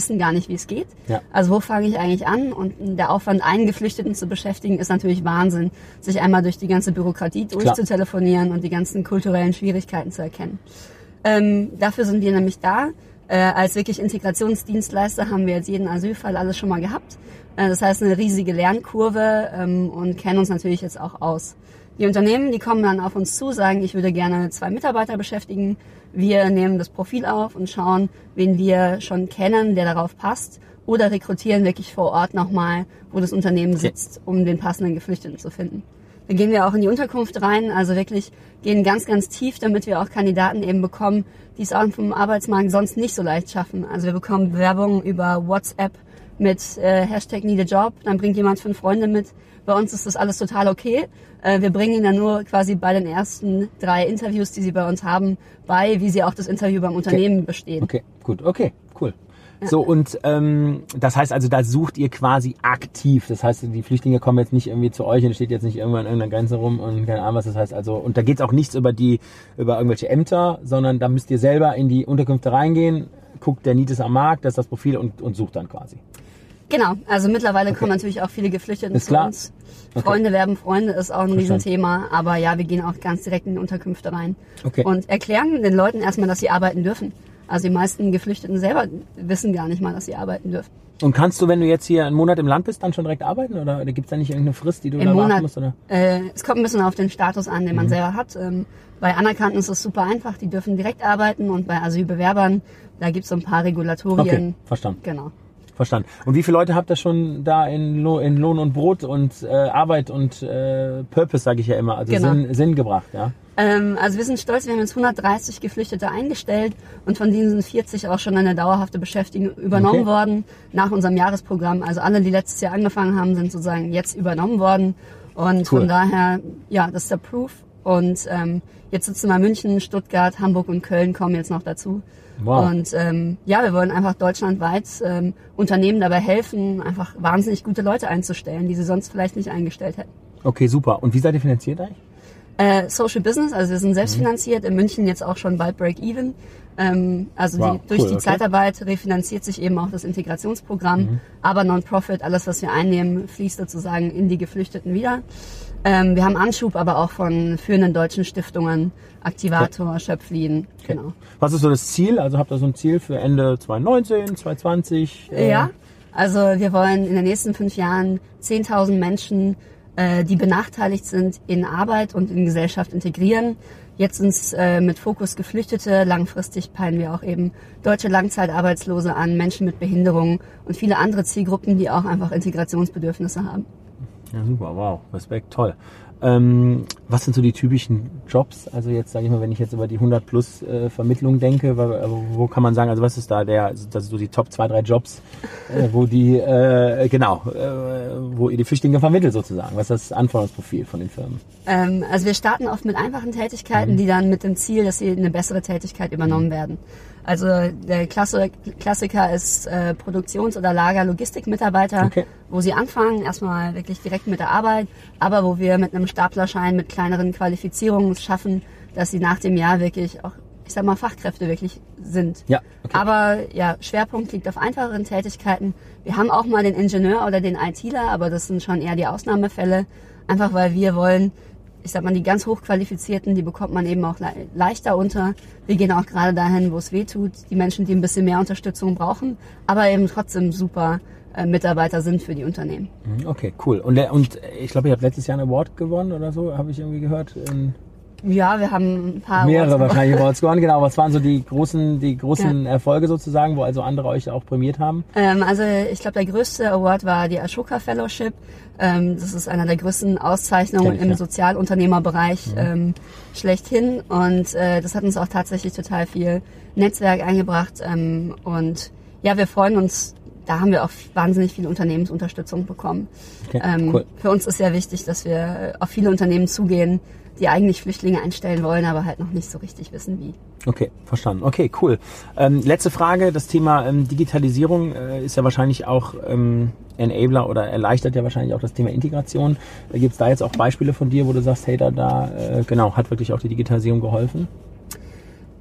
wissen gar nicht, wie es geht. Ja. Also wo fange ich eigentlich an? Und der Aufwand, einen Geflüchteten zu beschäftigen, ist natürlich Wahnsinn, sich einmal durch die ganze Bürokratie durchzutelefonieren und die ganzen kulturellen Schwierigkeiten zu erkennen. Ähm, dafür sind wir nämlich da. Äh, als wirklich Integrationsdienstleister haben wir jetzt jeden Asylfall alles schon mal gehabt. Äh, das heißt, eine riesige Lernkurve ähm, und kennen uns natürlich jetzt auch aus. Die Unternehmen, die kommen dann auf uns zu, sagen, ich würde gerne zwei Mitarbeiter beschäftigen. Wir nehmen das Profil auf und schauen, wen wir schon kennen, der darauf passt. Oder rekrutieren wirklich vor Ort nochmal, wo das Unternehmen sitzt, um den passenden Geflüchteten zu finden. Dann gehen wir auch in die Unterkunft rein, also wirklich gehen ganz, ganz tief, damit wir auch Kandidaten eben bekommen, die es auch vom Arbeitsmarkt sonst nicht so leicht schaffen. Also wir bekommen Bewerbungen über WhatsApp mit äh, Hashtag Need a Job, dann bringt jemand fünf Freunde mit. Bei uns ist das alles total okay. Äh, wir bringen ihnen dann nur quasi bei den ersten drei Interviews, die sie bei uns haben, bei, wie sie auch das Interview beim Unternehmen okay. bestehen. Okay, gut, okay, cool. So, und ähm, das heißt also, da sucht ihr quasi aktiv. Das heißt, die Flüchtlinge kommen jetzt nicht irgendwie zu euch und steht jetzt nicht irgendwann an irgendeiner Grenze rum und keine Ahnung was. Das heißt also, und da geht's auch nichts über die, über irgendwelche Ämter, sondern da müsst ihr selber in die Unterkünfte reingehen, guckt, der Need ist am Markt, das ist das Profil und, und sucht dann quasi. Genau, also mittlerweile okay. kommen natürlich auch viele Geflüchtete ist zu klar. uns. Okay. Freunde werben Freunde ist auch ein Verstanden. Riesenthema, aber ja, wir gehen auch ganz direkt in die Unterkünfte rein okay. und erklären den Leuten erstmal, dass sie arbeiten dürfen. Also die meisten Geflüchteten selber wissen gar nicht mal, dass sie arbeiten dürfen. Und kannst du, wenn du jetzt hier einen Monat im Land bist, dann schon direkt arbeiten? Oder, oder gibt es da nicht irgendeine Frist, die du Im da Monat, warten musst? Oder? Äh, es kommt ein bisschen auf den Status an, den man mhm. selber hat. Ähm, bei Anerkannten ist es super einfach, die dürfen direkt arbeiten. Und bei Asylbewerbern, da gibt es so ein paar Regulatorien. Okay, verstanden. Genau. Verstanden. Und wie viele Leute habt ihr schon da in, Lo- in Lohn und Brot und äh, Arbeit und äh, Purpose, sage ich ja immer, also genau. Sinn, Sinn gebracht, ja? Ähm, also wir sind stolz, wir haben jetzt hundertdreißig Geflüchtete eingestellt und von denen sind vierzig auch schon eine dauerhafte Beschäftigung übernommen okay. worden nach unserem Jahresprogramm. Also alle, die letztes Jahr angefangen haben, sind sozusagen jetzt übernommen worden. Und cool. von daher, ja, das ist der Proof. Und ähm, jetzt sitzen wir in München, Stuttgart, Hamburg und Köln kommen jetzt noch dazu. Wow. Und ähm, ja, wir wollen einfach deutschlandweit ähm, Unternehmen dabei helfen, einfach wahnsinnig gute Leute einzustellen, die sie sonst vielleicht nicht eingestellt hätten. Okay, super. Und wie seid ihr finanziert eigentlich? Äh, Social Business, also wir sind selbstfinanziert, mhm. in München jetzt auch schon bald Break-Even. Ähm, also wow, die, durch cool, die okay. Zeitarbeit refinanziert sich eben auch das Integrationsprogramm, mhm. aber Non-Profit, alles was wir einnehmen, fließt sozusagen in die Geflüchteten wieder. Ähm, wir haben Anschub aber auch von führenden deutschen Stiftungen, Aktivator, okay. Schöpflin, okay. genau. Was ist so das Ziel? Also habt ihr so ein Ziel für Ende zwanzig neunzehn, zwanzig zwanzig? Äh ja, also wir wollen in den nächsten fünf Jahren zehntausend Menschen, äh, die benachteiligt sind, in Arbeit und in Gesellschaft integrieren. Jetzt sind es äh, mit Fokus Geflüchtete, langfristig peilen wir auch eben deutsche Langzeitarbeitslose an, Menschen mit Behinderungen und viele andere Zielgruppen, die auch einfach Integrationsbedürfnisse haben. Ja, super, wow, Respekt, toll. Ähm, was sind so die typischen Jobs? Also jetzt sage ich mal, wenn ich jetzt über die hundert plus äh, Vermittlung denke, wo, wo kann man sagen, also was ist da der, das sind so die Top zwei, drei Jobs, äh, wo die, äh, genau, äh, wo ihr die Flüchtlinge vermittelt sozusagen? Was ist das Anforderungsprofil von den Firmen? Ähm, also wir starten oft mit einfachen Tätigkeiten, mhm. die dann mit dem Ziel, dass sie eine bessere Tätigkeit übernommen mhm. werden. Also der Klasse, Klassiker ist äh, Produktions- oder Lager-Logistik-Mitarbeiter, okay. wo sie anfangen, erstmal wirklich direkt mit der Arbeit, aber wo wir mit einem Staplerschein, mit kleineren Qualifizierungen es schaffen, dass sie nach dem Jahr wirklich auch, ich sag mal, Fachkräfte wirklich sind. Ja, okay. Aber ja, Schwerpunkt liegt auf einfacheren Tätigkeiten. Wir haben auch mal den Ingenieur oder den ITler, aber das sind schon eher die Ausnahmefälle, einfach weil wir wollen, ich sag mal, die ganz Hochqualifizierten, die bekommt man eben auch le- leichter unter. Wir gehen auch gerade dahin, wo es weh tut. Die Menschen, die ein bisschen mehr Unterstützung brauchen, aber eben trotzdem super äh, Mitarbeiter sind für die Unternehmen. Okay, cool. Und, der, und ich glaube, ihr habt letztes Jahr einen Award gewonnen oder so, habe ich irgendwie gehört. In ja, wir haben ein paar mehrere Awards wahrscheinlich Awards gewonnen, genau. Was waren so die großen, die großen ja. Erfolge sozusagen, wo also andere euch auch prämiert haben? Ähm, also ich glaube, der größte Award war die Ashoka Fellowship. Ähm, das ist einer der größten Auszeichnungen ich, im ja. Sozialunternehmerbereich mhm. ähm, schlechthin. Und äh, das hat uns auch tatsächlich total viel Netzwerk eingebracht. Ähm, und ja, wir freuen uns. Da haben wir auch wahnsinnig viel Unternehmensunterstützung bekommen. Okay, ähm, cool. Für uns ist sehr wichtig, dass wir auf viele Unternehmen zugehen, die eigentlich Flüchtlinge einstellen wollen, aber halt noch nicht so richtig wissen, wie. Okay, verstanden. Okay, cool. Ähm, letzte Frage, das Thema ähm, Digitalisierung äh, ist ja wahrscheinlich auch ähm, Enabler oder erleichtert ja wahrscheinlich auch das Thema Integration. Äh, Gibt es da jetzt auch Beispiele von dir, wo du sagst, hey, da, da äh, genau, hat wirklich auch die Digitalisierung geholfen?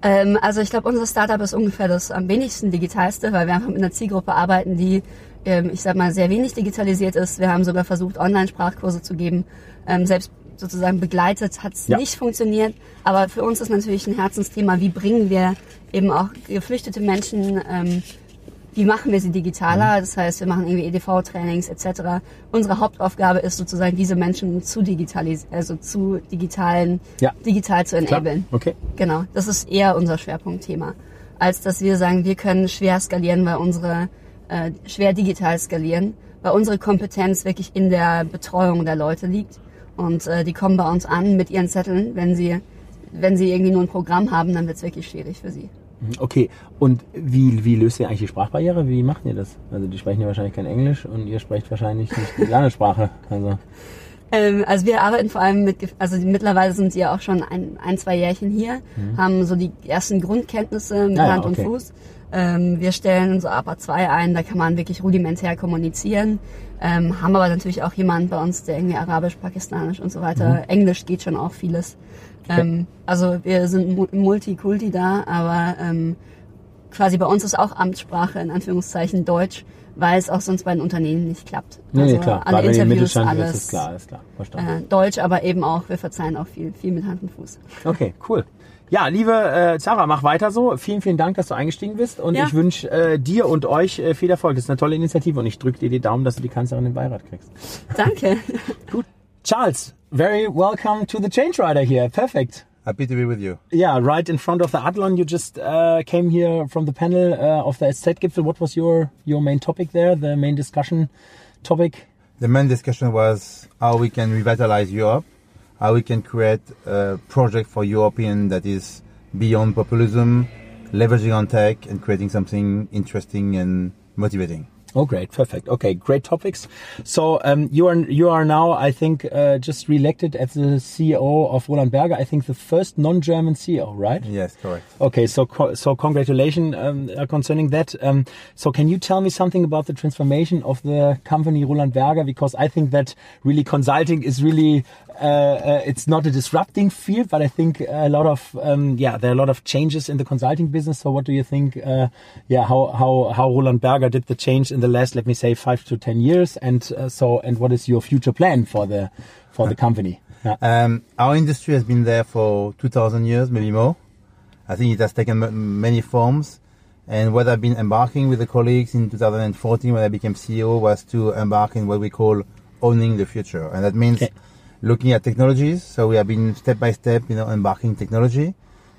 Ähm, also ich glaube, unser Startup ist ungefähr das am wenigsten digitalste, weil wir einfach mit einer Zielgruppe arbeiten, die, ähm, ich sag mal, sehr wenig digitalisiert ist. Wir haben sogar versucht, Online-Sprachkurse zu geben. Ähm, selbst sozusagen begleitet hat es Ja. nicht funktioniert. Aber für uns ist natürlich ein Herzensthema, wie bringen wir eben auch geflüchtete Menschen, ähm, wie machen wir sie digitaler? Das heißt, wir machen irgendwie E D V-Trainings et cetera. Unsere Hauptaufgabe ist sozusagen, diese Menschen zu digitalisieren, also zu digitalen, Ja. digital zu enablen. Okay. Genau, das ist eher unser Schwerpunktthema, als dass wir sagen, wir können schwer skalieren, weil unsere äh, schwer digital skalieren, weil unsere Kompetenz wirklich in der Betreuung der Leute liegt. Und äh, die kommen bei uns an mit ihren Zetteln. Wenn sie, wenn sie irgendwie nur ein Programm haben, dann wird es wirklich schwierig für sie. Okay, und wie, wie löst ihr eigentlich die Sprachbarriere? Wie macht ihr das? Also die sprechen ja wahrscheinlich kein Englisch und ihr sprecht wahrscheinlich nicht die Landessprache. Also. Ähm, also wir arbeiten vor allem mit, also mittlerweile sind sie ja auch schon ein, ein zwei Jährchen hier, mhm. haben so die ersten Grundkenntnisse mit ah, Hand ja, okay. und Fuß. Ähm, wir stellen so A P A zwei ein, da kann man wirklich rudimentär kommunizieren, ähm, haben aber natürlich auch jemanden bei uns, der irgendwie Arabisch, Pakistanisch und so weiter, mhm. Englisch geht schon auch vieles. Okay. Ähm, also wir sind Multikulti da, aber ähm, quasi bei uns ist auch Amtssprache in Anführungszeichen Deutsch, weil es auch sonst bei den Unternehmen nicht klappt. Nee, also nee, klar. alle Gerade Interviews, alles alles ist klar, ist klar. Verstanden. Äh, Deutsch, aber eben auch, wir verzeihen auch viel, viel mit Hand und Fuß. Okay, cool. Ja, liebe äh, Zara, mach weiter so. Vielen, vielen Dank, dass du eingestiegen bist und Ja. ich wünsche äh, dir und euch äh, viel Erfolg. Das ist eine tolle Initiative und ich drücke dir die Daumen, dass du die Kanzlerin im Beirat kriegst. Danke. Gut. Charles, very welcome to the Change Rider here. Perfect. Happy to be with you. Yeah, right in front of the Adlon. You just uh, came here from the panel uh, of the S Z-Gipfel. What was your, your main topic there, the main discussion topic? The main discussion was how we can revitalize Europe, how we can create a project for European that is beyond populism, leveraging on tech and creating something interesting and motivating. Oh, great. Perfect. Okay, great topics. So um, you are you are now, I think, uh, just re-elected as the C E O of Roland Berger. I think the first non-German C E O, right? Yes, correct. Okay, so co- so congratulations um, uh, concerning that. Um, so can you tell me something about the transformation of the company Roland Berger? Because I think that really consulting is really uh, uh, it's not a disrupting field, but I think a lot of um, yeah there are a lot of changes in the consulting business. So what do you think? Uh, yeah, how how how Roland Berger did the change in the last, let me say, five to ten years, and uh, so and what is your future plan for the for the company? Yeah. Um, our industry has been there for two thousand years, maybe more. I think it has taken m- many forms. And what I've been embarking with the colleagues in two thousand fourteen when I became C E O was to embark in what we call owning the future. And that means okay. looking at technologies. So we have been step by step, you know, embarking technology.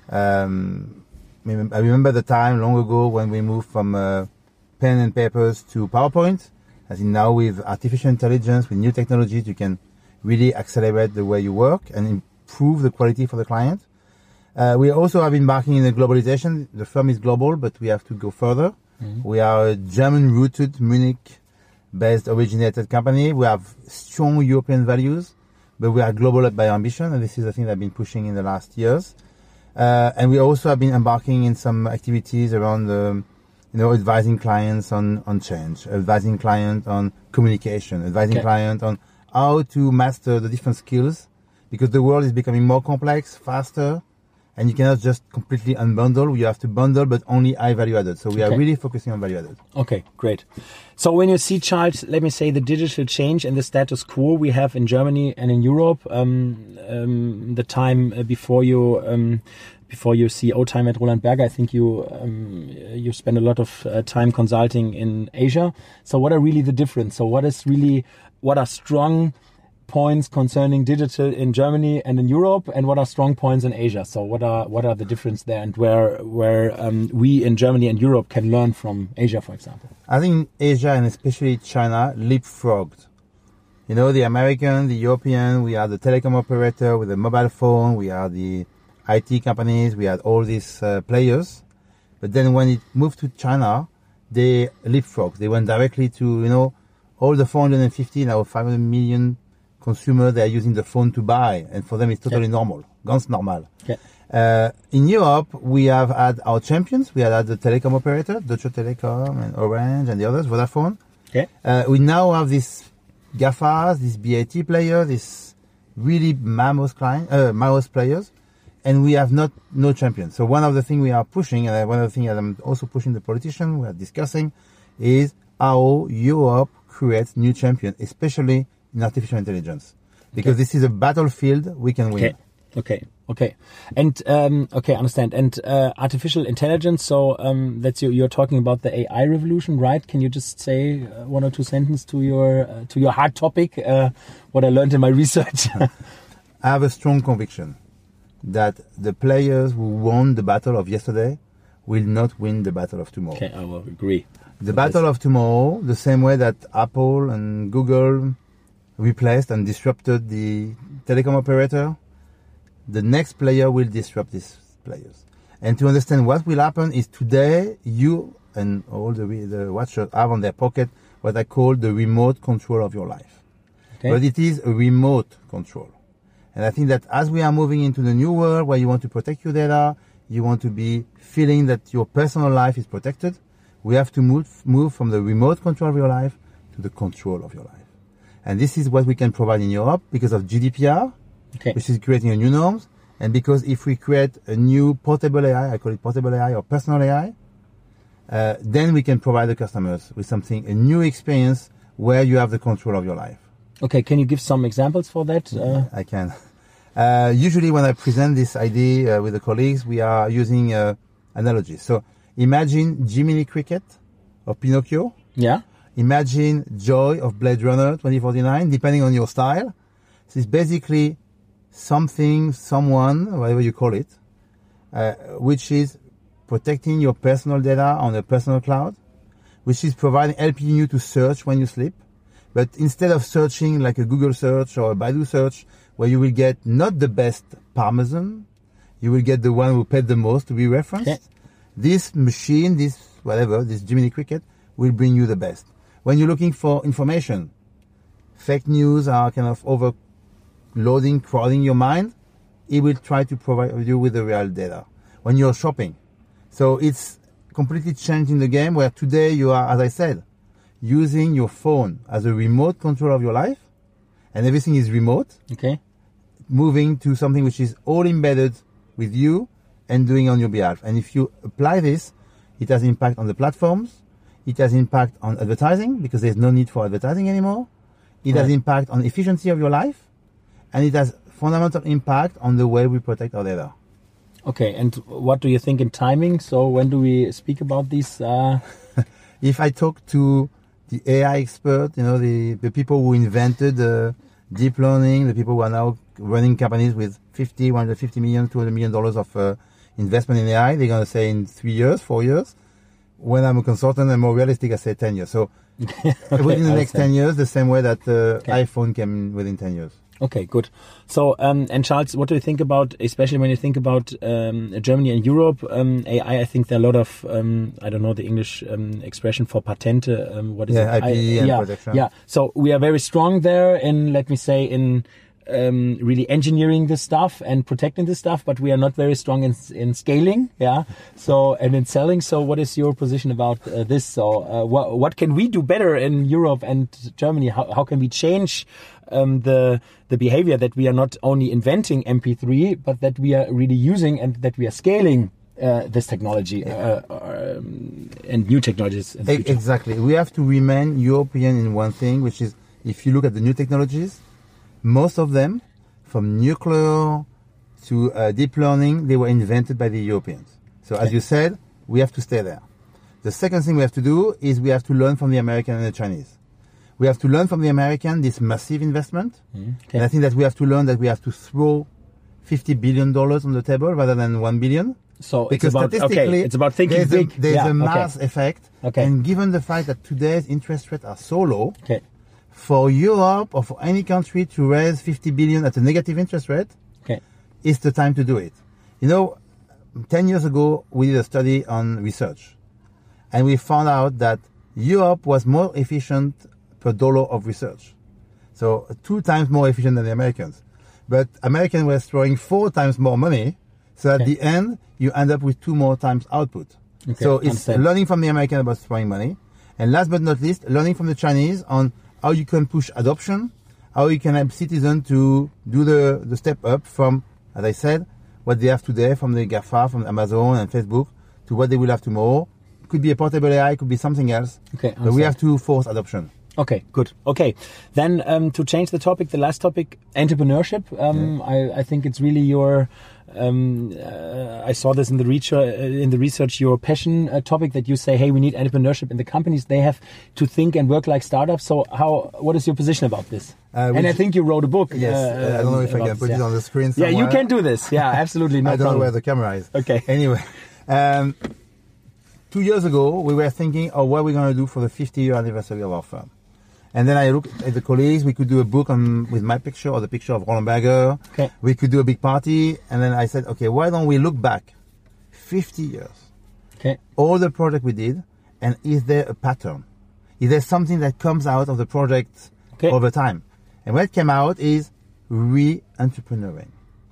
Um, I remember the time long ago when we moved from uh, pen and papers to PowerPoint. I think now with artificial intelligence, with new technologies, you can really accelerate the way you work and improve the quality for the client. Uh, we also have been embarking in the globalization. The firm is global, but we have to go further. Mm-hmm. We are a German-rooted, Munich-based, originated company. We have strong European values, but we are global by ambition, and this is the thing that I've been pushing in the last years. Uh, and we also have been embarking in some activities around the You know, advising clients on, on change, advising clients on communication, advising okay. clients on how to master the different skills, because the world is becoming more complex, faster, and you cannot just completely unbundle. You have to bundle, but only high value added. So we okay. are really focusing on value added. Okay, great. So when you see, Charles, let me say the digital change and the status quo we have in Germany and in Europe, um, um, the time before you... Um, Before your C E O time at Roland Berger, I think you um, you spend a lot of uh, time consulting in Asia. So what are really the difference? So what is really what are strong points concerning digital in Germany and in Europe, and what are strong points in Asia? So what are what are the difference there, and where where um, we in Germany and Europe can learn from Asia, for example? I think Asia and especially China leapfrogged. You know, the American, the European, we are the telecom operator with the mobile phone, we are the I T companies, we had all these uh, players. But then when it moved to China, they leapfrogged. They went directly to, you know, all the four hundred fifty, now five hundred million consumers, they are using the phone to buy. And for them, it's totally yeah. normal. Ganz normal. Yeah. Uh, in Europe, we have had our champions. We had had the telecom operator, Deutsche Telekom and Orange and the others, Vodafone. Okay. Uh, we now have these GAFAs, these B A T players, these really mammoth client, uh, mammoth players. and we have not no champion. So one of the things we are pushing, and one of the things that I'm also pushing the politicians, we are discussing, is how Europe creates new champion, especially in artificial intelligence. Because okay. this is a battlefield we can win. Okay, okay, okay. And, um, okay, understand. And uh, artificial intelligence, so um, that's you, you're talking about the A I revolution, right? Can you just say uh, one or two sentences to your, uh, to your hard topic, uh, what I learned in my research? I have a strong conviction that the players who won the battle of yesterday will not win the battle of tomorrow. Okay, I will agree. The battle of tomorrow, the same way that Apple and Google replaced and disrupted the telecom operator, the next player will disrupt these players. And to understand what will happen is today, you and all the, the watchers have on their pocket what I call the remote control of your life. Okay. But it is a remote control. And I think that as we are moving into the new world where you want to protect your data, you want to be feeling that your personal life is protected, we have to move, move from the remote control of your life to the control of your life. And this is what we can provide in Europe because of G D P R, okay. which is creating a new norms. And because if we create a new portable A I, I call it portable A I or personal A I, uh, then we can provide the customers with something, a new experience where you have the control of your life. Okay, can you give some examples for that? Uh, I can. Uh, usually when I present this idea uh, with the colleagues, we are using uh, analogies. So imagine Jiminy Cricket of Pinocchio. Yeah. Imagine Joy of Blade Runner twenty forty-nine, depending on your style. So it's basically something, someone, whatever you call it, uh, which is protecting your personal data on a personal cloud, which is providing, helping you to search when you sleep. But instead of searching like a Google search or a Baidu search, where you will get not the best Parmesan, you will get the one who paid the most to be referenced. Okay. This machine, this whatever, this Jiminy Cricket, will bring you the best. When you're looking for information, fake news are kind of overloading, crowding your mind, it will try to provide you with the real data. When you're shopping, so it's completely changing the game where today you are, as I said, using your phone as a remote control of your life, and everything is remote. Okay. Moving to something which is all embedded with you and doing on your behalf. And if you apply this, it has impact on the platforms. It has impact on advertising because there's no need for advertising anymore. It right. has impact on efficiency of your life, and it has fundamental impact on the way we protect our data. Okay, and what do you think in timing? So when do we speak about these? Uh... If I talk to the A I expert, you know, the, the people who invented uh, deep learning, the people who are now running companies with fifty, one hundred fifty million, two hundred million dollars of uh, investment in A I, they're going to say in three years, four years. When I'm a consultant and more realistic, I say ten years. So okay, within the next ten years, the same way that uh, okay. iPhone came within ten years. Okay, good. So, um, and Charles, what do you think about, especially when you think about um, Germany and Europe, um, A I? I think there are a lot of, um, I don't know the English um, expression for patente. Um, what is yeah, it? I P I, and yeah, protection. Yeah. So we are very strong there in, let me say, in um, really engineering this stuff and protecting this stuff, but we are not very strong in in scaling. Yeah. So and in selling. So what is your position about uh, this? So uh, what what can we do better in Europe and Germany? How how can we change Um, the the behavior that we are not only inventing M P three, but that we are really using and that we are scaling uh, this technology uh, um, and new technologies in the future. Exactly. We have to remain European in one thing, which is if you look at the new technologies, most of them, from nuclear to uh, deep learning, they were invented by the Europeans. So as you said, we have to stay there. The second thing we have to do is we have to learn from the American and the Chinese. We have to learn from the American this massive investment. Mm, okay. And I think that we have to learn that we have to throw fifty billion dollars on the table rather than one billion. So because it's about, statistically, okay, it's about thinking there's big. A, there's yeah, a mass okay. effect. Okay. And given the fact that today's interest rates are so low, okay. for Europe or for any country to raise fifty billion at a negative interest rate, okay. it's the time to do it. You know, ten years ago, we did a study on research. And we found out that Europe was more efficient per dollar of research. So two times more efficient than the Americans. But Americans were throwing four times more money. So at okay. the end, you end up with two more times output. Okay, so it's understand. Learning from the American about throwing money. And last but not least, learning from the Chinese on how you can push adoption, how you can help citizens to do the, the step up from, as I said, what they have today from the GAFA, from Amazon and Facebook, to what they will have tomorrow. Could be a portable A I, could be something else. Okay, but we have to force adoption. Okay, good. Okay, then um, to change the topic, the last topic, entrepreneurship. Um, yeah. I, I think it's really your. Um, uh, I saw this in the research. Uh, in the research, your passion uh, topic that you say, hey, we need entrepreneurship in the companies. They have to think and work like startups. So, how? What is your position about this? Uh, and I think you wrote a book. Yes, uh, I don't know if I can put this, it yeah. on the screen somewhere. Yeah, you can do this. Yeah, absolutely. No I don't problem. know where the camera is. Okay. Anyway. Um, Two years ago, we were thinking of what we're going to do for the fifty-year anniversary of our firm. And then I looked at the colleagues. We could do a book on, with my picture or the picture of Roland Berger. Okay. We could do a big party. And then I said, okay, why don't we look back fifty years? Okay. All the project we did, and is there a pattern? Is there something that comes out of the project okay. over time? And what came out is re-entrepreneuring.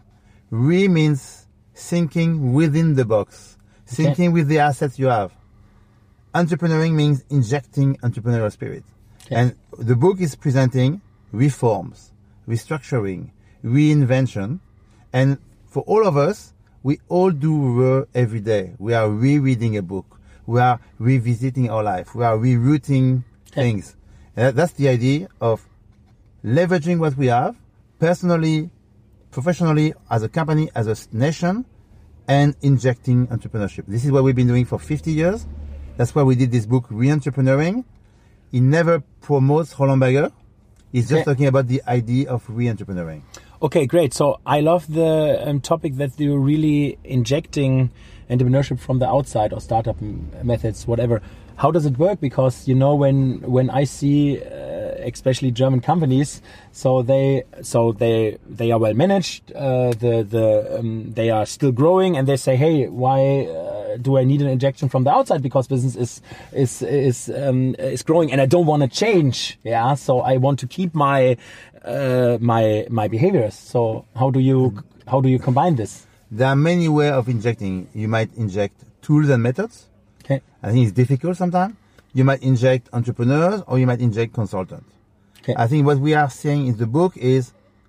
Re means thinking within the box. Thinking okay. with the assets you have. Entrepreneuring means injecting entrepreneurial spirit. Okay. And the book is presenting reforms, restructuring, reinvention. And for all of us, we all do re every day. We are rereading a book. We are revisiting our life. We are rerouting okay. things. And that's the idea of leveraging what we have, personally, professionally, as a company, as a nation, and injecting entrepreneurship. This is what we've been doing for fifty years. That's why we did this book, Re-Entrepreneuring. It never promotes Roland Berger. It's just okay. talking about the idea of re-entrepreneuring. Okay, great. So I love the um, topic that you're really injecting entrepreneurship from the outside or startup methods, whatever. How does it work? Because, you know, when when I see, uh, especially German companies, so they so they they are well managed, uh, the the um, they are still growing, and they say, hey, why uh, do I need an injection from the outside? Because business is is is um, is growing, and I don't want to change. Yeah, so I want to keep my uh, my my behaviors. So how do you how do you combine this? There are many ways of injecting. You might inject tools and methods. Okay. I think it's difficult sometimes. You might inject entrepreneurs or you might inject consultants. Okay. I think what we are saying in the book is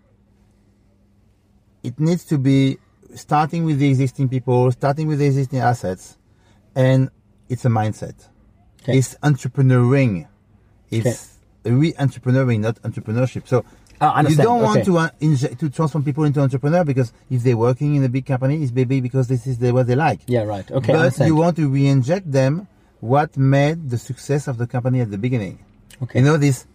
it needs to be starting with the existing people, starting with the existing assets, and it's a mindset. Okay. It's entrepreneuring. It's okay. re-entrepreneuring, not entrepreneurship. So Ah, you don't want okay. to uh, inject, to transform people into entrepreneur because if they're working in a big company, it's maybe because this is the, what they like. Yeah, right. Okay. But you want to re-inject them what made the success of the company at the beginning. Okay. You know, this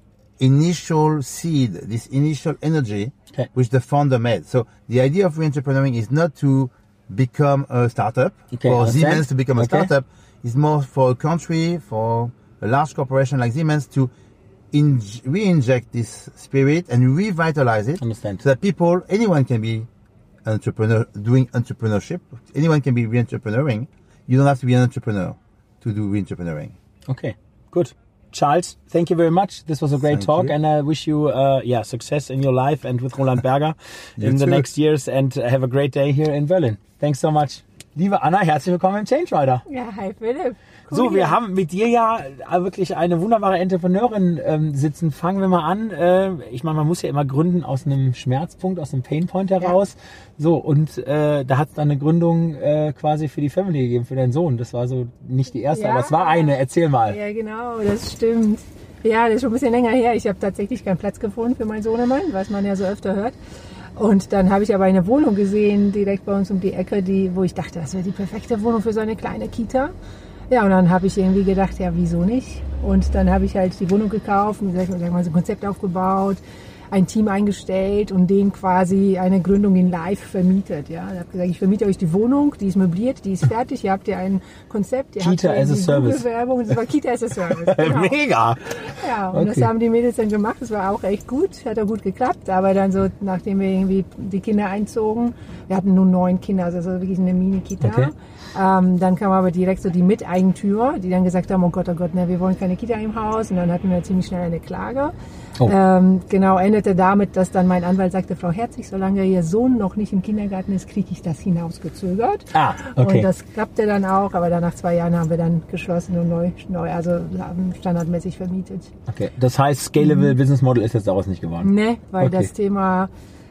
initial seed, this initial energy okay. which the founder made. So the idea of re-entrepreneuring is not to become a startup okay, or Siemens to become a okay. startup. It's more for a country, for a large corporation like Siemens to In, re-inject this spirit and revitalize it. Understand. So that people, anyone can be an entrepreneur, doing entrepreneurship. Anyone can be re-entrepreneuring. You don't have to be an entrepreneur to do re-entrepreneuring. Okay, good. Charles, thank you very much. This was a great Thank talk, you. and I wish you uh, yeah success in your life and with Roland Berger in too. the next years, and have a great day here in Berlin. Thanks so much. Liebe Anna, herzlich willkommen im Change Rider. Ja, hi Philipp. Cool so, wir hier. haben mit dir ja wirklich eine wunderbare Entrepreneurin ähm, sitzen. Fangen wir mal an. Äh, ich meine, man muss ja immer gründen aus einem Schmerzpunkt, aus einem Painpoint heraus. Ja. So, und äh, da hat es dann eine Gründung äh, quasi für die Family gegeben, für deinen Sohn. Das war so nicht die erste, ja. aber es war eine. Erzähl mal. Ja, genau, das stimmt. Ja, das ist schon ein bisschen länger her. Ich habe tatsächlich keinen Platz gefunden für meinen Sohnemann, was man ja so öfter hört. Und dann habe ich aber eine Wohnung gesehen, direkt bei uns um die Ecke, die, wo ich dachte, das wäre die perfekte Wohnung für so eine kleine Kita. Ja, und dann habe ich irgendwie gedacht, ja, wieso nicht? Und dann habe ich halt die Wohnung gekauft und sag mal, so ein Konzept aufgebaut, ein Team eingestellt und denen quasi eine Gründung in Live vermietet. Ja, ich habe gesagt, ich vermiete euch die Wohnung, die ist möbliert, die ist fertig, ihr habt ja ein Konzept, ihr Kita habt as a Service. Werbung, das war Kita as a Service. Genau. Mega! Ja, und okay. das haben die Mädels dann gemacht, das war auch echt gut, hat auch gut geklappt, aber dann so, nachdem wir irgendwie die Kinder einzogen, wir hatten nur neun Kinder, also wirklich eine Mini-Kita. Okay. Ähm, dann kamen aber direkt so die Miteigentümer, die dann gesagt haben, oh Gott, oh Gott, ne, wir wollen keine Kita im Haus. Und dann hatten wir ziemlich schnell eine Klage. Oh. Ähm, genau, endete damit, dass dann mein Anwalt sagte, Frau Herzig, solange Ihr Sohn noch nicht im Kindergarten ist, kriege ich das hinausgezögert. Ah, okay. Und das klappte dann auch, aber dann nach zwei Jahren haben wir dann geschlossen und neu, neu also haben standardmäßig vermietet. Okay, das heißt, Scalable mhm. Business Model ist jetzt daraus nicht geworden? Ne, weil okay. das Thema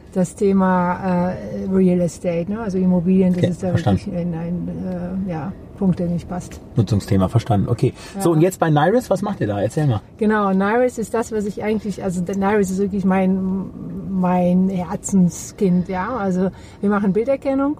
das Thema äh, Real Estate, ne? Also Immobilien, das Okay, ist da verstanden. wirklich ein, ein äh, ja, Punkt, der nicht passt. Nutzungsthema, verstanden. Okay. Ja. So, und jetzt bei Nairis, was macht ihr da? Erzähl mal. Genau, Nairis ist das, was ich eigentlich, also der Nairis ist wirklich mein, mein Herzenskind, ja. Also wir machen Bilderkennung,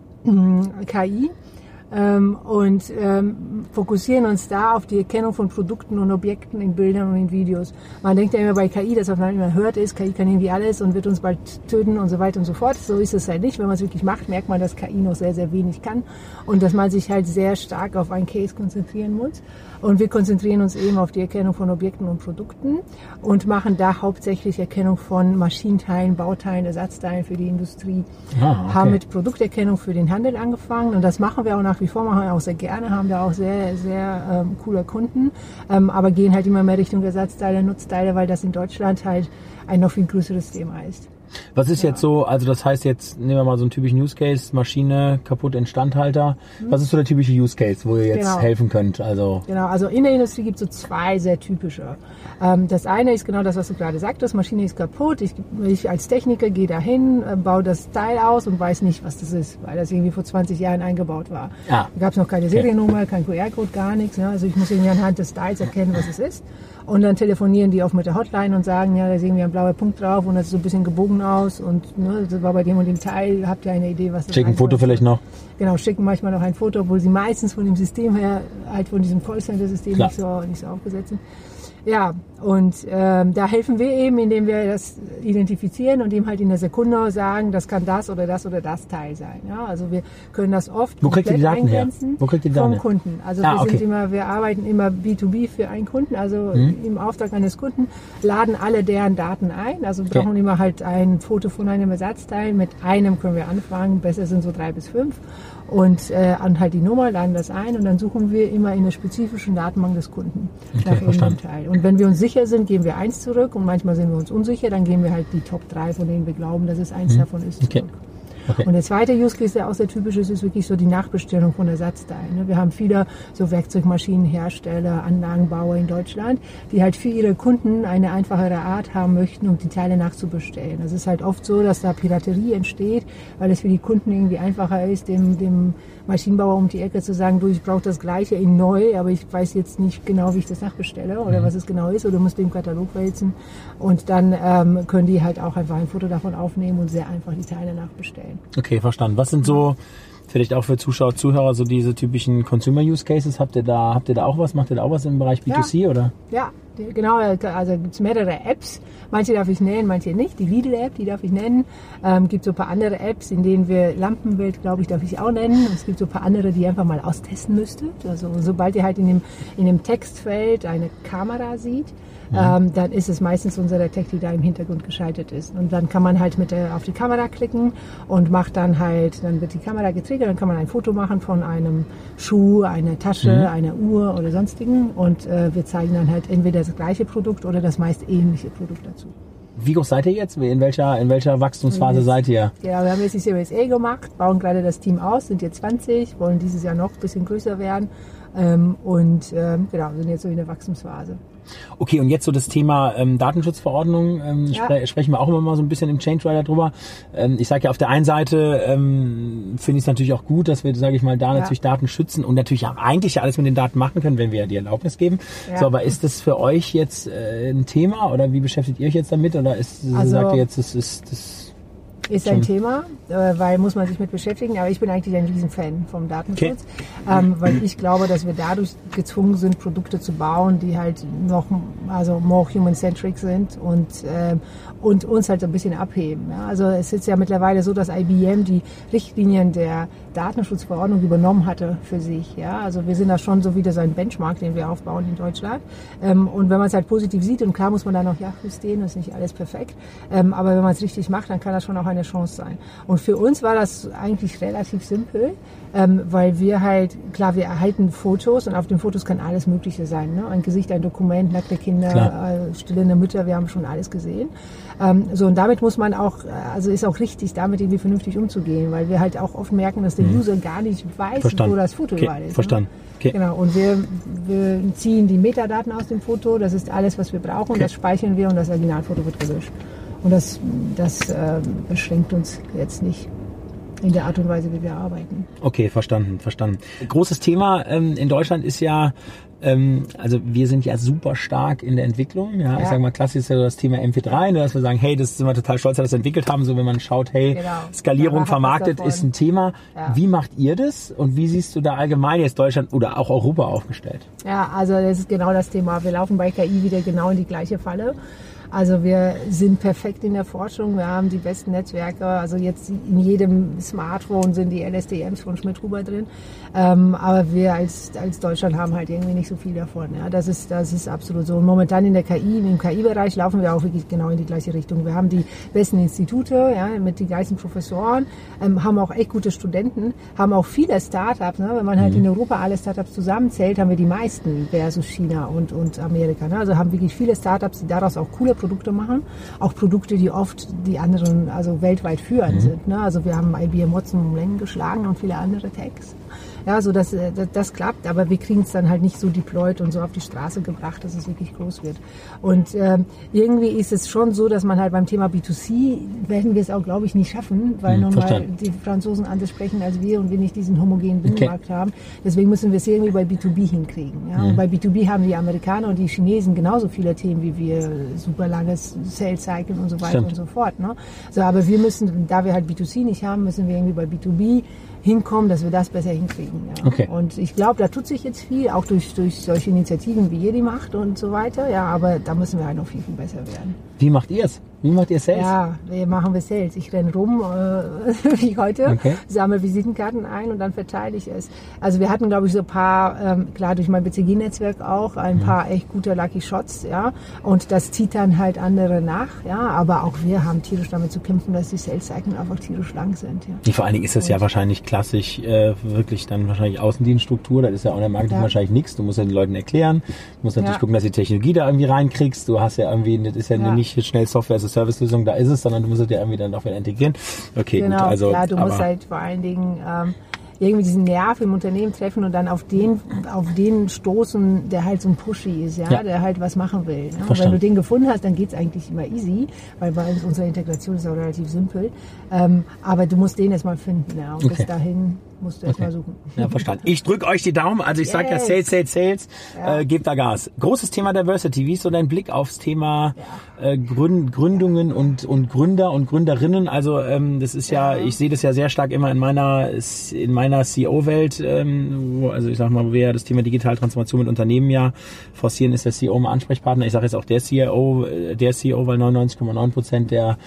K I, ähm, und ähm, fokussieren uns da auf die Erkennung von Produkten und Objekten in Bildern und in Videos. Man denkt ja immer bei K I, dass man immer hört ist, K I kann irgendwie alles und wird uns bald töten und so weiter und so fort. So ist es halt nicht. Wenn man es wirklich macht, merkt man, dass K I noch sehr, sehr wenig kann und dass man sich halt sehr stark auf einen Case konzentrieren muss. Und wir konzentrieren uns eben auf die Erkennung von Objekten und Produkten und machen da hauptsächlich Erkennung von Maschinenteilen, Bauteilen, Ersatzteilen für die Industrie. Ah, okay. Haben mit Produkterkennung für den Handel angefangen und das machen wir auch nach wie vor, machen wir auch sehr gerne, haben da auch sehr, sehr ähm, coole Kunden, ähm, aber gehen halt immer mehr Richtung Ersatzteile, Nutzteile, weil das in Deutschland halt ein noch viel größeres Thema ist. Was ist jetzt so, also das heißt jetzt, nehmen wir mal so einen typischen Use Case, Maschine, kaputt, Instandhalter. Was ist so der typische Use Case, wo ihr jetzt Genau. helfen könnt? Also Genau, also in der Industrie gibt es so zwei sehr typische. Ähm, das eine ist genau das, was du gerade sagtest, Maschine ist kaputt, ich, ich als Techniker gehe dahin, äh, baue das Teil aus und weiß nicht, was das ist, weil das irgendwie vor zwanzig Jahren eingebaut war. Ah. Da gab es noch keine Seriennummer, kein Q R-Code, gar nichts. Ne? Also ich muss irgendwie anhand des Teils erkennen, was es ist. Und dann telefonieren die auch mit der Hotline und sagen, ja, da ist irgendwie ein blauer Punkt drauf und das ist so ein bisschen gebogen aus und ne, das war bei dem und dem Teil, habt ihr eine Idee, was das schicken ein eigentlich Foto ist? vielleicht noch. Genau, schicken manchmal noch ein Foto, obwohl sie meistens von dem System her, halt von diesem Callcenter-System Klar. nicht so, nicht so aufgesetzt sind. Ja, und ähm, da helfen wir eben, indem wir das identifizieren und ihm halt in der Sekunde sagen, das kann das oder das oder das Teil sein. Ja, also wir können das oft Wo kriegt ihr die komplett Daten her? eingrenzen Wo kriegt ihr die Daten vom her? Kunden. Also Ah, wir okay. sind immer, wir arbeiten immer B to B für einen Kunden, also Mhm. im Auftrag eines Kunden laden alle deren Daten ein. Also wir Okay. brauchen immer halt ein Foto von einem Ersatzteil. Mit einem können wir anfangen, besser sind so drei bis fünf. Und äh, an halt die Nummer, laden das ein und dann suchen wir immer in der spezifischen Datenbank des Kunden Okay, nach irgendeinem verstanden. Teil. Und wenn wir uns sicher sind, geben wir eins zurück und manchmal sind wir uns unsicher, dann geben wir halt die Top drei, von denen wir glauben, dass es eins davon ist, Okay. zurück. Okay. Und der zweite Use Case, der auch sehr typisch ist, ist wirklich so die Nachbestellung von Ersatzteilen. ne? Wir haben viele so Werkzeugmaschinenhersteller, Anlagenbauer in Deutschland, die halt für ihre Kunden eine einfachere Art haben möchten, um die Teile nachzubestellen. Es ist halt oft so, dass da Piraterie entsteht, weil es für die Kunden irgendwie einfacher ist, dem, dem Maschinenbauer um die Ecke zu sagen, du, ich brauche das Gleiche in neu, aber ich weiß jetzt nicht genau, wie ich das nachbestelle oder was es genau ist, oder muss den Katalog wälzen. Und dann ähm, können die halt auch einfach ein Foto davon aufnehmen und sehr einfach die Teile nachbestellen. Okay, verstanden. Was sind so, vielleicht auch für Zuschauer, Zuhörer, so diese typischen Consumer-Use-Cases? Habt ihr da, habt ihr da auch was? Macht ihr da auch was im Bereich B zwei C, oder? Ja, die- genau, also gibt es mehrere Apps. Manche darf ich nennen, manche nicht. Die Lidl-App, die darf ich nennen. Ähm, gibt so ein paar andere Apps, in denen wir Lampenbild, glaube ich, darf ich auch nennen. Und es gibt so ein paar andere, die ihr einfach mal austesten müsstet. Also sobald ihr halt in dem, in dem Textfeld eine Kamera sieht, ähm, dann ist es meistens unsere Tech, die da im Hintergrund geschaltet ist. Und dann kann man halt mit der, auf die Kamera klicken und macht dann halt, dann wird die Kamera getriggert, dann kann man ein Foto machen von einem Schuh, einer Tasche, Mhm. einer Uhr oder sonstigen. Und äh, wir zeigen dann halt entweder das gleiche Produkt oder das meist ähnliche Produkt dazu. Wie groß seid ihr jetzt? In welcher, in welcher Wachstumsphase Jetzt- seid ihr? Ja, wir haben jetzt die Series A gemacht, bauen gerade das Team aus, sind jetzt zwanzig, wollen dieses Jahr noch ein bisschen größer werden. Ähm, und ähm, genau, sind jetzt so in der Wachstumsphase. Okay, und jetzt so das Thema ähm, Datenschutzverordnung, ähm, Ja. spre sprechen wir auch immer mal so ein bisschen im Change Rider drüber. Ähm, ich sage ja, auf der einen Seite ähm, finde ich es natürlich auch gut, dass wir, sage ich mal, da Ja. natürlich Daten schützen und natürlich auch eigentlich ja alles mit den Daten machen können, wenn wir die Erlaubnis geben. Ja. So, aber ist das für euch jetzt äh, ein Thema oder wie beschäftigt ihr euch jetzt damit? Oder ist, Also- sagt ihr jetzt, das ist das Ist ein Thema, äh, weil muss man sich mit beschäftigen, aber ich bin eigentlich ein Riesenfan vom Datenschutz, ähm, weil ich glaube, dass wir dadurch gezwungen sind, Produkte zu bauen, die halt noch also more human-centric sind und, ähm, und uns halt so ein bisschen abheben. Ja? Also es ist ja mittlerweile so, dass I B M die Richtlinien der Datenschutzverordnung übernommen hatte für sich. Ja? Also wir sind da schon so wieder so ein Benchmark, den wir aufbauen in Deutschland. Ähm, und wenn man es halt positiv sieht, und klar muss man da noch justieren, ist nicht alles perfekt, ähm, aber wenn man es richtig macht, dann kann das schon auch eine Chance sein. Und für uns war das eigentlich relativ simpel, ähm, weil wir halt, klar, wir erhalten Fotos und auf den Fotos kann alles Mögliche sein. Ne? Ein Gesicht, ein Dokument, nackte Kinder, äh, stillende Mütter, wir haben schon alles gesehen. Ähm, so, und damit muss man auch, äh, also ist auch richtig, damit irgendwie vernünftig umzugehen, weil wir halt auch oft merken, dass der User gar nicht weiß, Verstanden. wo das Foto Okay, überall ist. verstanden. Ne? Okay. Genau, und wir, wir ziehen die Metadaten aus dem Foto, das ist alles, was wir brauchen, Okay. das speichern wir und das Originalfoto wird gelöscht. Und das, das äh, beschränkt uns jetzt nicht in der Art und Weise, wie wir arbeiten. Okay, verstanden, verstanden. Großes Thema ähm, in Deutschland ist ja, ähm, also wir sind ja super stark in der Entwicklung. Ja, ja. Ich sage mal, klassisch ist ja das Thema M P drei, ne, dass wir sagen, hey, das sind wir total stolz, dass wir das entwickelt haben. So, wenn man schaut, hey, genau. Skalierung vermarktet ist ein Thema. Ja. Wie macht ihr das und wie siehst du da allgemein jetzt Deutschland oder auch Europa aufgestellt? Ja, also das ist genau das Thema. Wir laufen bei K I wieder genau in die gleiche Falle. Also wir sind perfekt in der Forschung, wir haben die besten Netzwerke, also jetzt in jedem Smartphone sind die L S D Ms von Schmidt-Huber drin, ähm, aber wir als, als Deutschland haben halt irgendwie nicht so viel davon. Ja. Das ist, das ist absolut so. Und momentan in der K I, im K I-Bereich laufen wir auch wirklich genau in die gleiche Richtung. Wir haben die besten Institute, ja, mit den gleichen Professoren, ähm, haben auch echt gute Studenten, haben auch viele Startups. Ne. Wenn man halt mhm. in Europa alle Startups zusammenzählt, haben wir die meisten versus China und, und Amerika. Ne. Also haben wirklich viele Startups, die daraus auch coole Produkte machen, auch Produkte, die oft die anderen, also weltweit führend mhm. sind. Ne? Also wir haben I B M Watson um Längen geschlagen und viele andere Techs. Ja, so dass das, das klappt, aber wir kriegen es dann halt nicht so deployed und so auf die Straße gebracht, dass es wirklich groß wird. Und ähm, irgendwie ist es schon so, dass man halt beim Thema B zwei C werden wir es auch, glaube ich, nicht schaffen, weil hm, nun mal verstanden. die Franzosen anders sprechen als wir und wir nicht diesen homogenen Binnenmarkt okay. haben. Deswegen müssen wir es irgendwie bei B zwei B hinkriegen. Ja? Mhm. Und bei B zwei B haben die Amerikaner und die Chinesen genauso viele Themen wie wir, super langes Sales Cycle und so weiter Stimmt. und so fort. Ne? So, aber wir müssen, da wir halt B zwei C nicht haben, müssen wir irgendwie bei B zwei B hinkommen, dass wir das besser hinkriegen. Ja. Okay. Und ich glaube, da tut sich jetzt viel, auch durch, durch solche Initiativen, wie ihr die macht und so weiter. Ja, aber da müssen wir halt noch viel, viel besser werden. Wie macht ihr es? Wie macht ihr Sales? Ja, wir machen wir Sales. Ich renne rum, äh, wie heute, okay. sammle Visitenkarten ein und dann verteile ich es. Also wir hatten, glaube ich, so ein paar, ähm, klar durch mein B C G-Netzwerk auch, ein mhm. paar echt gute Lucky Shots, ja. Und das zieht dann halt andere nach, ja. Aber auch wir haben tierisch damit zu kämpfen, dass die Sales-Cycle einfach tierisch lang sind, ja. Nee, vor allen Dingen ist das und ja wahrscheinlich klassisch, äh, wirklich dann wahrscheinlich Außendienststruktur. Das ist ja auch in der Marketing ja. wahrscheinlich nichts. Du musst ja den Leuten erklären. Du musst natürlich ja. gucken, dass du die Technologie da irgendwie reinkriegst. Du hast ja irgendwie, das ist ja, ja. nicht schnell Software Service-Lösung, da ist es, sondern du musst es ja irgendwie dann auch wieder integrieren. Okay, genau, gut. Also, klar, du musst halt vor allen Dingen ähm, irgendwie diesen Nerv im Unternehmen treffen und dann auf den, auf den stoßen, der halt so ein Pushy ist, ja, ja. der halt was machen will. Ja? Und wenn du den gefunden hast, dann geht's eigentlich immer easy, weil bei uns unsere Integration ist auch relativ simpel. Ähm, aber du musst den erstmal finden, ja, und okay. bis dahin musst du erstmal okay. suchen. Ja, verstanden. Ich drücke euch die Daumen. Also ich yes. sage ja Sales, Sales, Sales. Ja. Äh, gebt da Gas. Großes Thema Diversity. Wie ist so dein Blick aufs Thema ja. äh, Gründ, Gründungen und, und Gründer und Gründerinnen? Also ähm, das ist ja, ja, ich sehe das ja sehr stark immer in meiner in meiner C E O-Welt. Ähm, wo, also ich sag mal, wo wir ja das Thema Digitaltransformation mit Unternehmen ja forcieren, ist der C E O mal Ansprechpartner. Ich sage jetzt auch der C E O, der C E O, weil neunundneunzig Komma neun Prozent der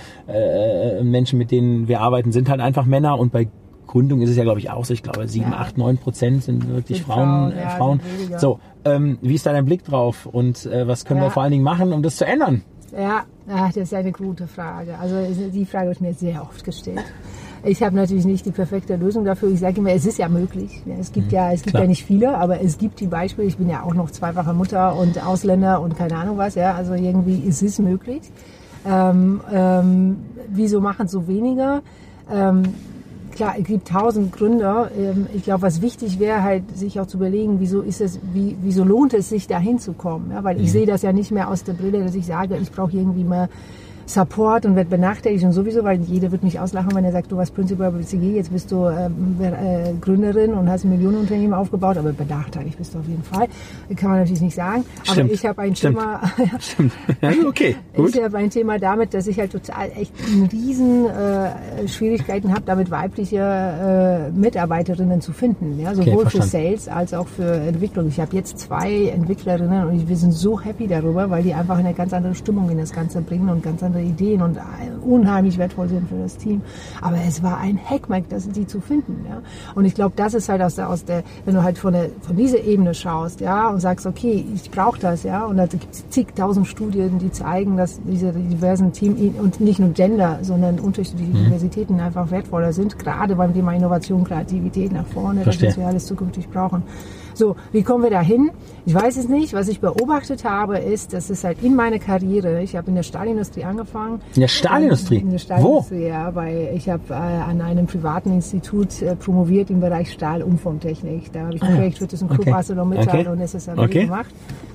äh, Menschen, mit denen wir arbeiten, sind halt einfach Männer, und bei Gründung ist es ja, glaube ich, auch so. Ich glaube, sieben, acht, neun Prozent sind wirklich sind Frauen. Frauen. Ja, äh, Frauen. So, ähm, wie ist da dein Blick drauf? Und äh, was können ja. wir vor allen Dingen machen, um das zu ändern? Ja, das ist eine gute Frage. Also die Frage habe ich mir sehr oft gestellt. Ich habe natürlich nicht die perfekte Lösung dafür. Ich sage immer, es ist ja möglich. Es gibt ja, es gibt Klar. ja nicht viele, aber es gibt die Beispiele. Ich bin ja auch noch zweifache Mutter und Ausländer und keine Ahnung was. Ja, also irgendwie ist es möglich. Ähm, ähm, wieso machen es so weniger? Ähm, Klar, es gibt tausend Gründer. Ich glaube, was wichtig wäre, halt sich auch zu überlegen, wieso ist es, wie, wieso lohnt es sich, da hinzukommen? Ja, weil ich mhm. sehe das ja nicht mehr aus der Brille, dass ich sage, ich brauche irgendwie mehr Support und werde benachteiligt und sowieso, weil jeder wird mich auslachen, wenn er sagt, du warst Principal bei B C G, jetzt bist du äh, äh, Gründerin und hast ein Millionenunternehmen aufgebaut, aber benachteiligt bist du auf jeden Fall. Das kann man natürlich nicht sagen. Stimmt. Aber ich habe ein Stimmt. Thema, Stimmt. Ja, okay, gut. Ich habe ein Thema damit, dass ich halt total echt riesen äh, Schwierigkeiten habe, damit weibliche äh, Mitarbeiterinnen zu finden, ja, sowohl okay, für Sales als auch für Entwicklung. Ich habe jetzt zwei Entwicklerinnen und wir sind so happy darüber, weil die einfach eine ganz andere Stimmung in das Ganze bringen und ganz andere Ideen und unheimlich wertvoll sind für das Team. Aber es war ein Hackmack, das die zu finden. Ja? Und ich glaube, das ist halt aus der, aus der, wenn du halt von der, von dieser Ebene schaust, ja, und sagst, okay, ich brauche das, ja, und da gibt es zigtausend Studien, die zeigen, dass diese diversen Teams und nicht nur Gender, sondern unterschiedliche mhm. Diversitäten einfach wertvoller sind, gerade beim Thema Innovation, Kreativität nach vorne, Verstehe. das wir alles zukünftig brauchen. So, wie kommen wir da hin? Ich weiß es nicht. Was ich beobachtet habe, ist, dass es halt in meiner Karriere, ich habe in der Stahlindustrie angefangen. In der Stahlindustrie? In der Stahlindustrie, Wo? Ja, weil ich habe äh, an einem privaten Institut äh, promoviert im Bereich Stahlumformtechnik. Da habe ich ein ah, Projekt für ThyssenKrupp, okay. ArcelorMittal okay. und S S A B okay. gemacht.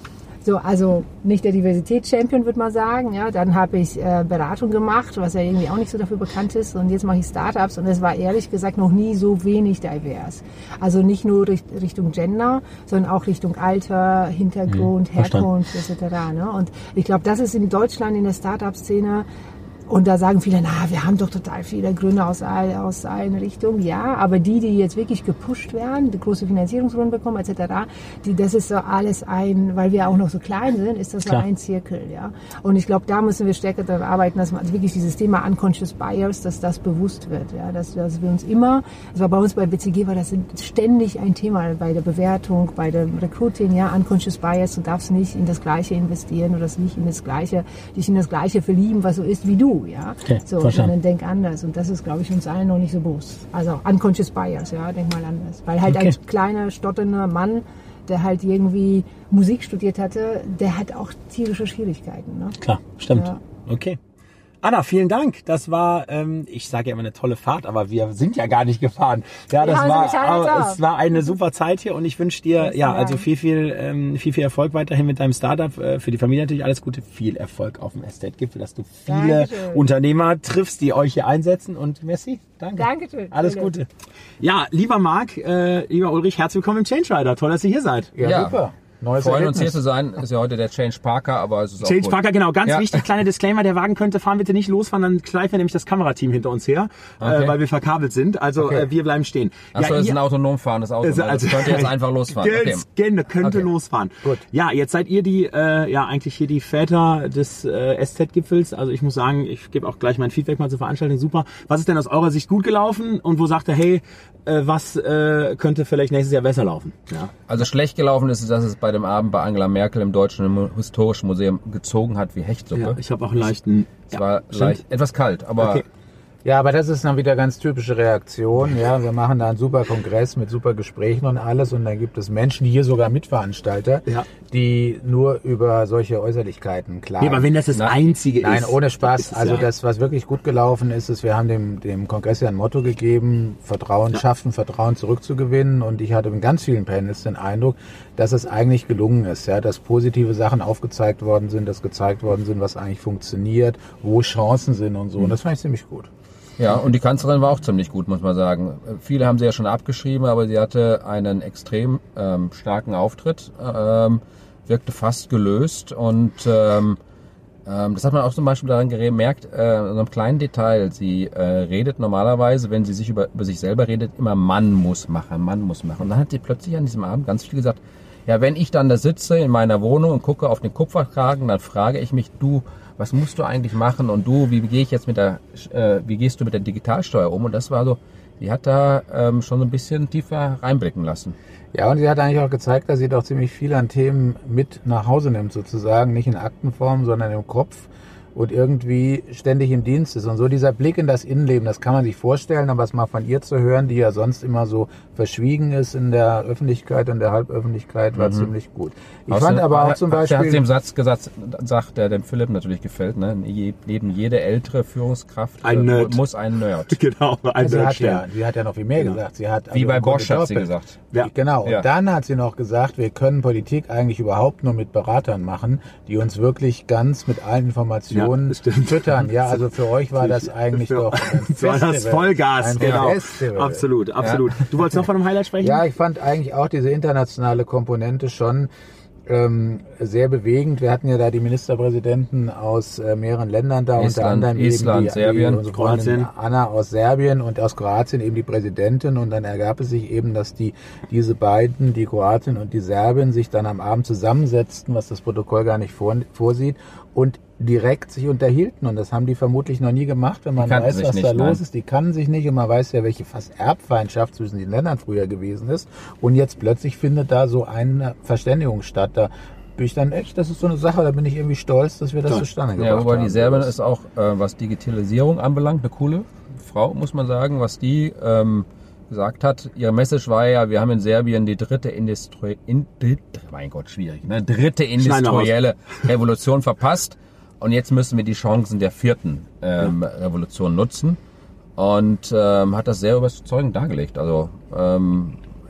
So, also nicht der Diversitätschampion, würde man sagen. Ja, dann habe ich äh, Beratung gemacht, was ja irgendwie auch nicht so dafür bekannt ist. Und jetzt mache ich Startups und es war ehrlich gesagt noch nie so wenig divers. Also nicht nur richt- Richtung Gender, sondern auch Richtung Alter, Hintergrund, hm, Herkunft et cetera. Ne? Und ich glaube, das ist in Deutschland in der Startup-Szene. Und da sagen viele, na, wir haben doch total viele Gründer aus, aus allen Richtungen. Ja, aber die, die jetzt wirklich gepusht werden, die große Finanzierungsrunden bekommen et cetera, die, das ist so alles ein, weil wir auch noch so klein sind, ist das so ein Zirkel. Ja. Und ich glaube, da müssen wir stärker daran arbeiten, dass man also wirklich dieses Thema Unconscious Bias, dass das bewusst wird. Ja, dass, dass wir uns immer, also bei uns bei B C G war das ständig ein Thema bei der Bewertung, bei dem Recruiting, ja, Unconscious Bias, du darfst nicht in das Gleiche investieren oder nicht in das Gleiche, dich in das Gleiche verlieben, was so ist wie du. Ja, okay, so, sondern denk anders. Und das ist, glaube ich, uns allen noch nicht so bewusst. Also Unconscious Bias, ja, denk mal anders. Weil halt okay. ein kleiner, stotternder Mann, der halt irgendwie Musik studiert hatte, der hat auch tierische Schwierigkeiten. Ne? Klar, stimmt. Ja. Okay. Anna, vielen Dank. Das war, ähm, ich sage ja immer eine tolle Fahrt, aber wir sind ja gar nicht gefahren. Ja, das ja, war, aber es war eine super Zeit hier und ich wünsche dir, ja, also viel, viel, ähm, viel, viel Erfolg weiterhin mit deinem Startup. Äh, für die Familie natürlich alles Gute, viel Erfolk auf dem Estate-Gipfel, dass du viele Dankeschön. Unternehmer triffst, die euch hier einsetzen und merci. Danke. Dankeschön. Alles Gute. Ja, lieber Marc, äh, lieber Ulrich, herzlich willkommen im Change Rider. Toll, dass ihr hier seid. Ja, ja. Super. Neues Freuen Erlebnis. Uns hier zu sein, ist ja heute der Change Parker, aber es ist auch Change gut. Parker, genau, ganz ja. wichtig, kleiner Disclaimer, der Wagen könnte fahren, bitte nicht losfahren, dann schleifen wir nämlich das Kamerateam hinter uns her, okay. äh, weil wir verkabelt sind, also okay. äh, wir bleiben stehen. Achso, ja, das ist ein autonom fahrendes Auto, also, das könnte jetzt einfach losfahren. Okay. Genau, könnte okay. losfahren. Gut. Ja, jetzt seid ihr die, äh, ja eigentlich hier die Väter des äh, S Z-Gipfels, also ich muss sagen, ich gebe auch gleich mein Feedback mal zur Veranstaltung, super. Was ist denn aus eurer Sicht gut gelaufen und wo sagt ihr, hey, äh, was äh, könnte vielleicht nächstes Jahr besser laufen? Ja. Also schlecht gelaufen ist, dass es bei dem Abend bei Angela Merkel im Deutschen Historischen Museum gezogen hat wie Hechtsuppe. Ja, ich habe auch einen leichten... Es ja, war leicht, etwas kalt, aber... Okay. Ja, aber das ist dann wieder ganz typische Reaktion. Ja, wir machen da einen super Kongress mit super Gesprächen und alles und dann gibt es Menschen, hier sogar Mitveranstalter, ja. die nur über solche Äußerlichkeiten klagen. Ja, aber wenn das das Na, Einzige nein, ist... Nein, ohne Spaß. Es, also ja. das, was wirklich gut gelaufen ist, ist, wir haben dem, dem Kongress ja ein Motto gegeben, Vertrauen ja. schaffen, Vertrauen zurückzugewinnen und ich hatte in ganz vielen Panels den Eindruck, dass es eigentlich gelungen ist, ja, dass positive Sachen aufgezeigt worden sind, dass gezeigt worden sind, was eigentlich funktioniert, wo Chancen sind und so. Und das fand ich ziemlich gut. Ja, und die Kanzlerin war auch ziemlich gut, muss man sagen. Viele haben sie ja schon abgeschrieben, aber sie hatte einen extrem ähm, starken Auftritt, ähm, wirkte fast gelöst und ähm, ähm, das hat man auch zum Beispiel daran gemerkt, äh, in einem kleinen Detail. Sie äh, redet normalerweise, wenn sie sich über, über sich selber redet, immer Mann muss machen, Mann muss machen. Und dann hat sie plötzlich an diesem Abend ganz viel gesagt, ja, wenn ich dann da sitze in meiner Wohnung und gucke auf den Kupferkragen, dann frage ich mich, du, was musst du eigentlich machen und du, wie gehe ich jetzt mit der, äh, wie gehst du mit der Digitalsteuer um? Und das war so, sie hat da ähm, schon ein bisschen tiefer reinblicken lassen. Ja, und sie hat eigentlich auch gezeigt, dass sie doch ziemlich viel an Themen mit nach Hause nimmt sozusagen, nicht in Aktenform, sondern im Kopf und irgendwie ständig im Dienst ist. Und so dieser Blick in das Innenleben, das kann man sich vorstellen, aber es mal von ihr zu hören, die ja sonst immer so verschwiegen ist in der Öffentlichkeit und der Halböffentlichkeit, war mhm. ziemlich gut. Ich Außer, fand aber auch zum Beispiel... Der hat dem Satz gesagt, sagt, der dem Philipp natürlich gefällt, ne? Neben jede ältere Führungskraft ein äh, muss ein Nerd. Genau, ein sie Nerd hat ja, sie hat ja noch viel mehr ja. gesagt. Sie hat Wie also bei Bosch hat sie gesagt. Ja. Genau, ja. und dann hat sie noch gesagt, wir können Politik eigentlich überhaupt nur mit Beratern machen, die uns wirklich ganz mit allen Informationen ja, füttern. Ja, also für euch war das eigentlich für, doch ein Festival. War das Vollgas, ein genau. Festival. Absolut, absolut. Ja. Du wolltest noch von einem Highlight sprechen? Ja, ich fand eigentlich auch diese internationale Komponente schon ähm, sehr bewegend. Wir hatten ja da die Ministerpräsidenten aus äh, mehreren Ländern da, Island, unter anderem Island, eben die, Serbien, die, Kroatien. Anna aus Serbien und aus Kroatien eben die Präsidentin. Und dann ergab es sich eben, dass die diese beiden, die Kroatin und die Serbin, sich dann am Abend zusammensetzten, was das Protokoll gar nicht vor, vorsieht, und direkt sich unterhielten. Und das haben die vermutlich noch nie gemacht, wenn man weiß, was nicht, da nein. los ist. Die kannten sich nicht und man weiß ja, welche fast Erbfeindschaft zwischen den Ländern früher gewesen ist. Und jetzt plötzlich findet da so eine Verständigung statt. Da bin ich dann echt, das ist so eine Sache, da bin ich irgendwie stolz, dass wir das zustande gebracht haben. Ja, wobei die Serbin ist auch, äh, was Digitalisierung anbelangt, eine coole Frau, muss man sagen, was die ähm, gesagt hat. Ihre Message war ja, wir haben in Serbien die dritte Industrie, in, mein Gott, schwierig, ne? dritte industrielle Revolution verpasst und jetzt müssen wir die Chancen der vierten ähm, ja. Revolution nutzen und ähm, hat das sehr überzeugend dargelegt. Also ähm,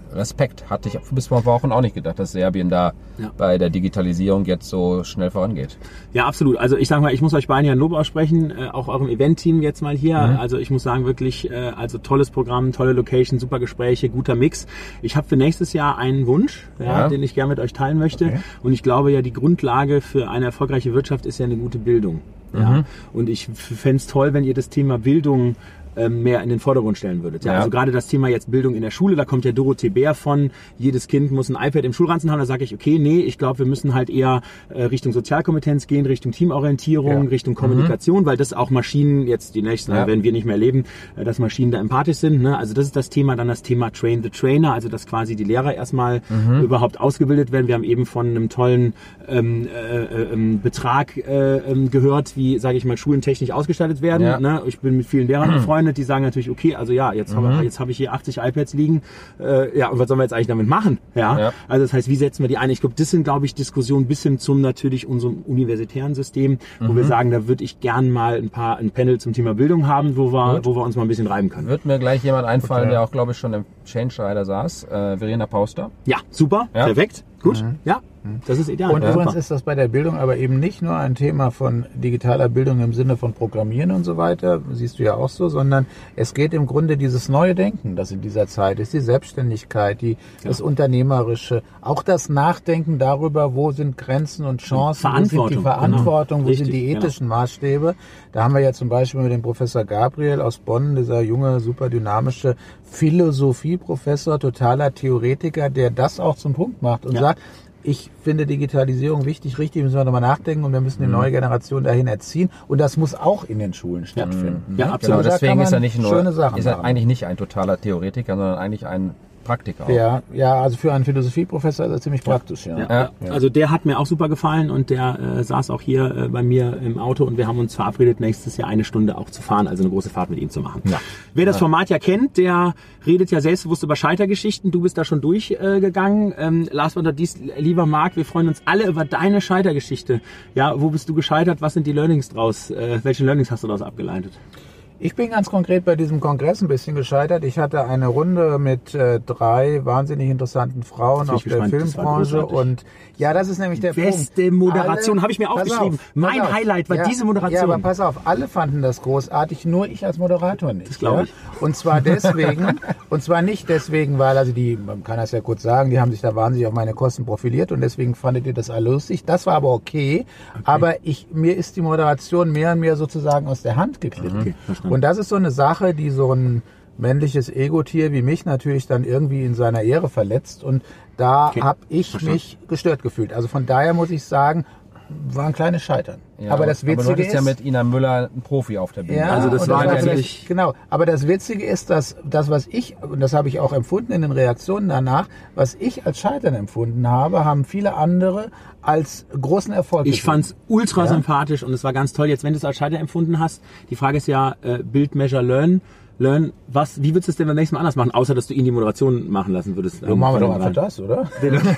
Respekt. Hatte ich bis vor Wochen auch nicht gedacht, dass Serbien da ja. bei der Digitalisierung jetzt so schnell vorangeht. Ja, absolut. Also ich sage mal, ich muss euch beiden ja ein Lob aussprechen, äh, auch eurem Event-Team jetzt mal hier. Mhm. Also ich muss sagen, wirklich, äh, also tolles Programm, tolle Location, super Gespräche, guter Mix. Ich habe für nächstes Jahr einen Wunsch, ja, ja. den ich gerne mit euch teilen möchte. Okay. Und ich glaube ja, die Grundlage für eine erfolgreiche Wirtschaft ist ja eine gute Bildung. Ja. Mhm. Und ich fände es toll, wenn ihr das Thema Bildung mehr in den Vordergrund stellen würdet. Ja, ja. Also gerade das Thema jetzt Bildung in der Schule, da kommt ja Dorothee Bär von, jedes Kind muss ein iPad im Schulranzen haben, da sage ich, okay, nee, ich glaube, wir müssen halt eher äh, Richtung Sozialkompetenz gehen, Richtung Teamorientierung, ja. Richtung Kommunikation, mhm. weil das auch Maschinen jetzt die nächsten, ja. wenn wir nicht mehr leben, äh, dass Maschinen da empathisch sind. Ne? Also das ist das Thema, dann das Thema Train the Trainer, also dass quasi die Lehrer erstmal mhm. überhaupt ausgebildet werden. Wir haben eben von einem tollen ähm, äh, äh, Betrag äh, äh, gehört, wie, sage ich mal, Schulen technisch ausgestattet werden. Ja. Ne? Ich bin mit vielen Lehrern befreundet, die sagen natürlich, okay, also ja, jetzt mhm. habe jetzt hab ich hier achtzig iPads liegen, äh, ja, und was sollen wir jetzt eigentlich damit machen? Ja, ja. Also das heißt, wie setzen wir die ein? Ich glaube, das sind, glaube ich, Diskussionen bis hin zum natürlich unserem universitären System, wo mhm. wir sagen, da würde ich gern mal ein paar ein Panel zum Thema Bildung haben, wo wir, Gut. wo wir uns mal ein bisschen reiben können. Wird mir gleich jemand einfallen, okay. der auch, glaube ich, schon im Change Rider saß, äh, Verena Pauster. Ja, super, ja. perfekt. Gut, mhm. ja, das ist ideal. Und ja, übrigens super. ist das bei der Bildung aber eben nicht nur ein Thema von digitaler Bildung im Sinne von Programmieren und so weiter, siehst du ja auch so, sondern es geht im Grunde dieses neue Denken, das in dieser Zeit ist, die Selbstständigkeit, die, ja. das Unternehmerische, auch das Nachdenken darüber, wo sind Grenzen und Chancen, wo sind die Verantwortung, genau. wo Richtig, sind die ethischen genau. Maßstäbe. Da haben wir ja zum Beispiel mit dem Professor Gabriel aus Bonn, dieser junge, super dynamische Philosophieprofessor, totaler Theoretiker, der das auch zum Punkt macht und ja. sagt, ich finde Digitalisierung wichtig, richtig, müssen wir nochmal nachdenken und wir müssen die neue Generation dahin erziehen und das muss auch in den Schulen stattfinden. Ja, ja absolut. Genau, deswegen ist er nicht nur, ist er eigentlich nicht ein totaler Theoretiker, sondern eigentlich ein Praktiker auch. Ja, ja, also für einen Philosophieprofessor ist er ziemlich praktisch, ja. Ja. ja. Also der hat mir auch super gefallen und der äh, saß auch hier äh, bei mir im Auto und wir haben uns verabredet, nächstes Jahr eine Stunde auch zu fahren, also eine große Fahrt mit ihm zu machen. Ja. Wer das Format ja kennt, der redet ja selbstbewusst über Scheitergeschichten. Du bist da schon durchgegangen. Äh, ähm, last but not least, lieber Marc, wir freuen uns alle über deine Scheitergeschichte. Ja, wo bist du gescheitert? Was sind die Learnings draus? Äh, welche Learnings hast du daraus abgeleitet? Ich bin ganz konkret bei diesem Kongress ein bisschen gescheitert. Ich hatte eine Runde mit äh, drei wahnsinnig interessanten Frauen aus der Filmbranche und ja, das ist nämlich der Punkt. Beste Moderation, habe ich mir aufgeschrieben. Auf, mein auf. Highlight war ja, diese Moderation. Ja, aber pass auf, alle fanden das großartig, nur ich als Moderator nicht. Das glaube ich. Ja? Und zwar deswegen, und zwar nicht deswegen, weil, also die, man kann das ja kurz sagen, die haben sich da wahnsinnig auf meine Kosten profiliert und deswegen fandet ihr das alle lustig. Das war aber okay, okay. aber ich, mir ist die Moderation mehr und mehr sozusagen aus der Hand geglitten. Okay, und das ist so eine Sache, die so ein männliches Ego-Tier wie mich natürlich dann irgendwie in seiner Ehre verletzt und da okay. habe ich Verstanden. mich gestört gefühlt. Also von daher muss ich sagen, war ein kleines Scheitern. Ja, aber das Witzige aber du ist ja mit Ina Müller ein Profi auf der Bühne. Ja, also das war natürlich genau. Aber das Witzige ist, dass das, was ich und das habe ich auch empfunden in den Reaktionen danach, was ich als Scheitern empfunden habe, haben viele andere als großen Erfolg. Ich fand es ultra ja? sympathisch und es war ganz toll. Jetzt, wenn du es als Scheitern empfunden hast, die Frage ist ja äh, Build, Measure, Learn. Learn, was, wie würdest du es denn beim nächsten Mal anders machen, außer dass du ihn die Moderation machen lassen würdest? So machen wir doch einfach das, oder?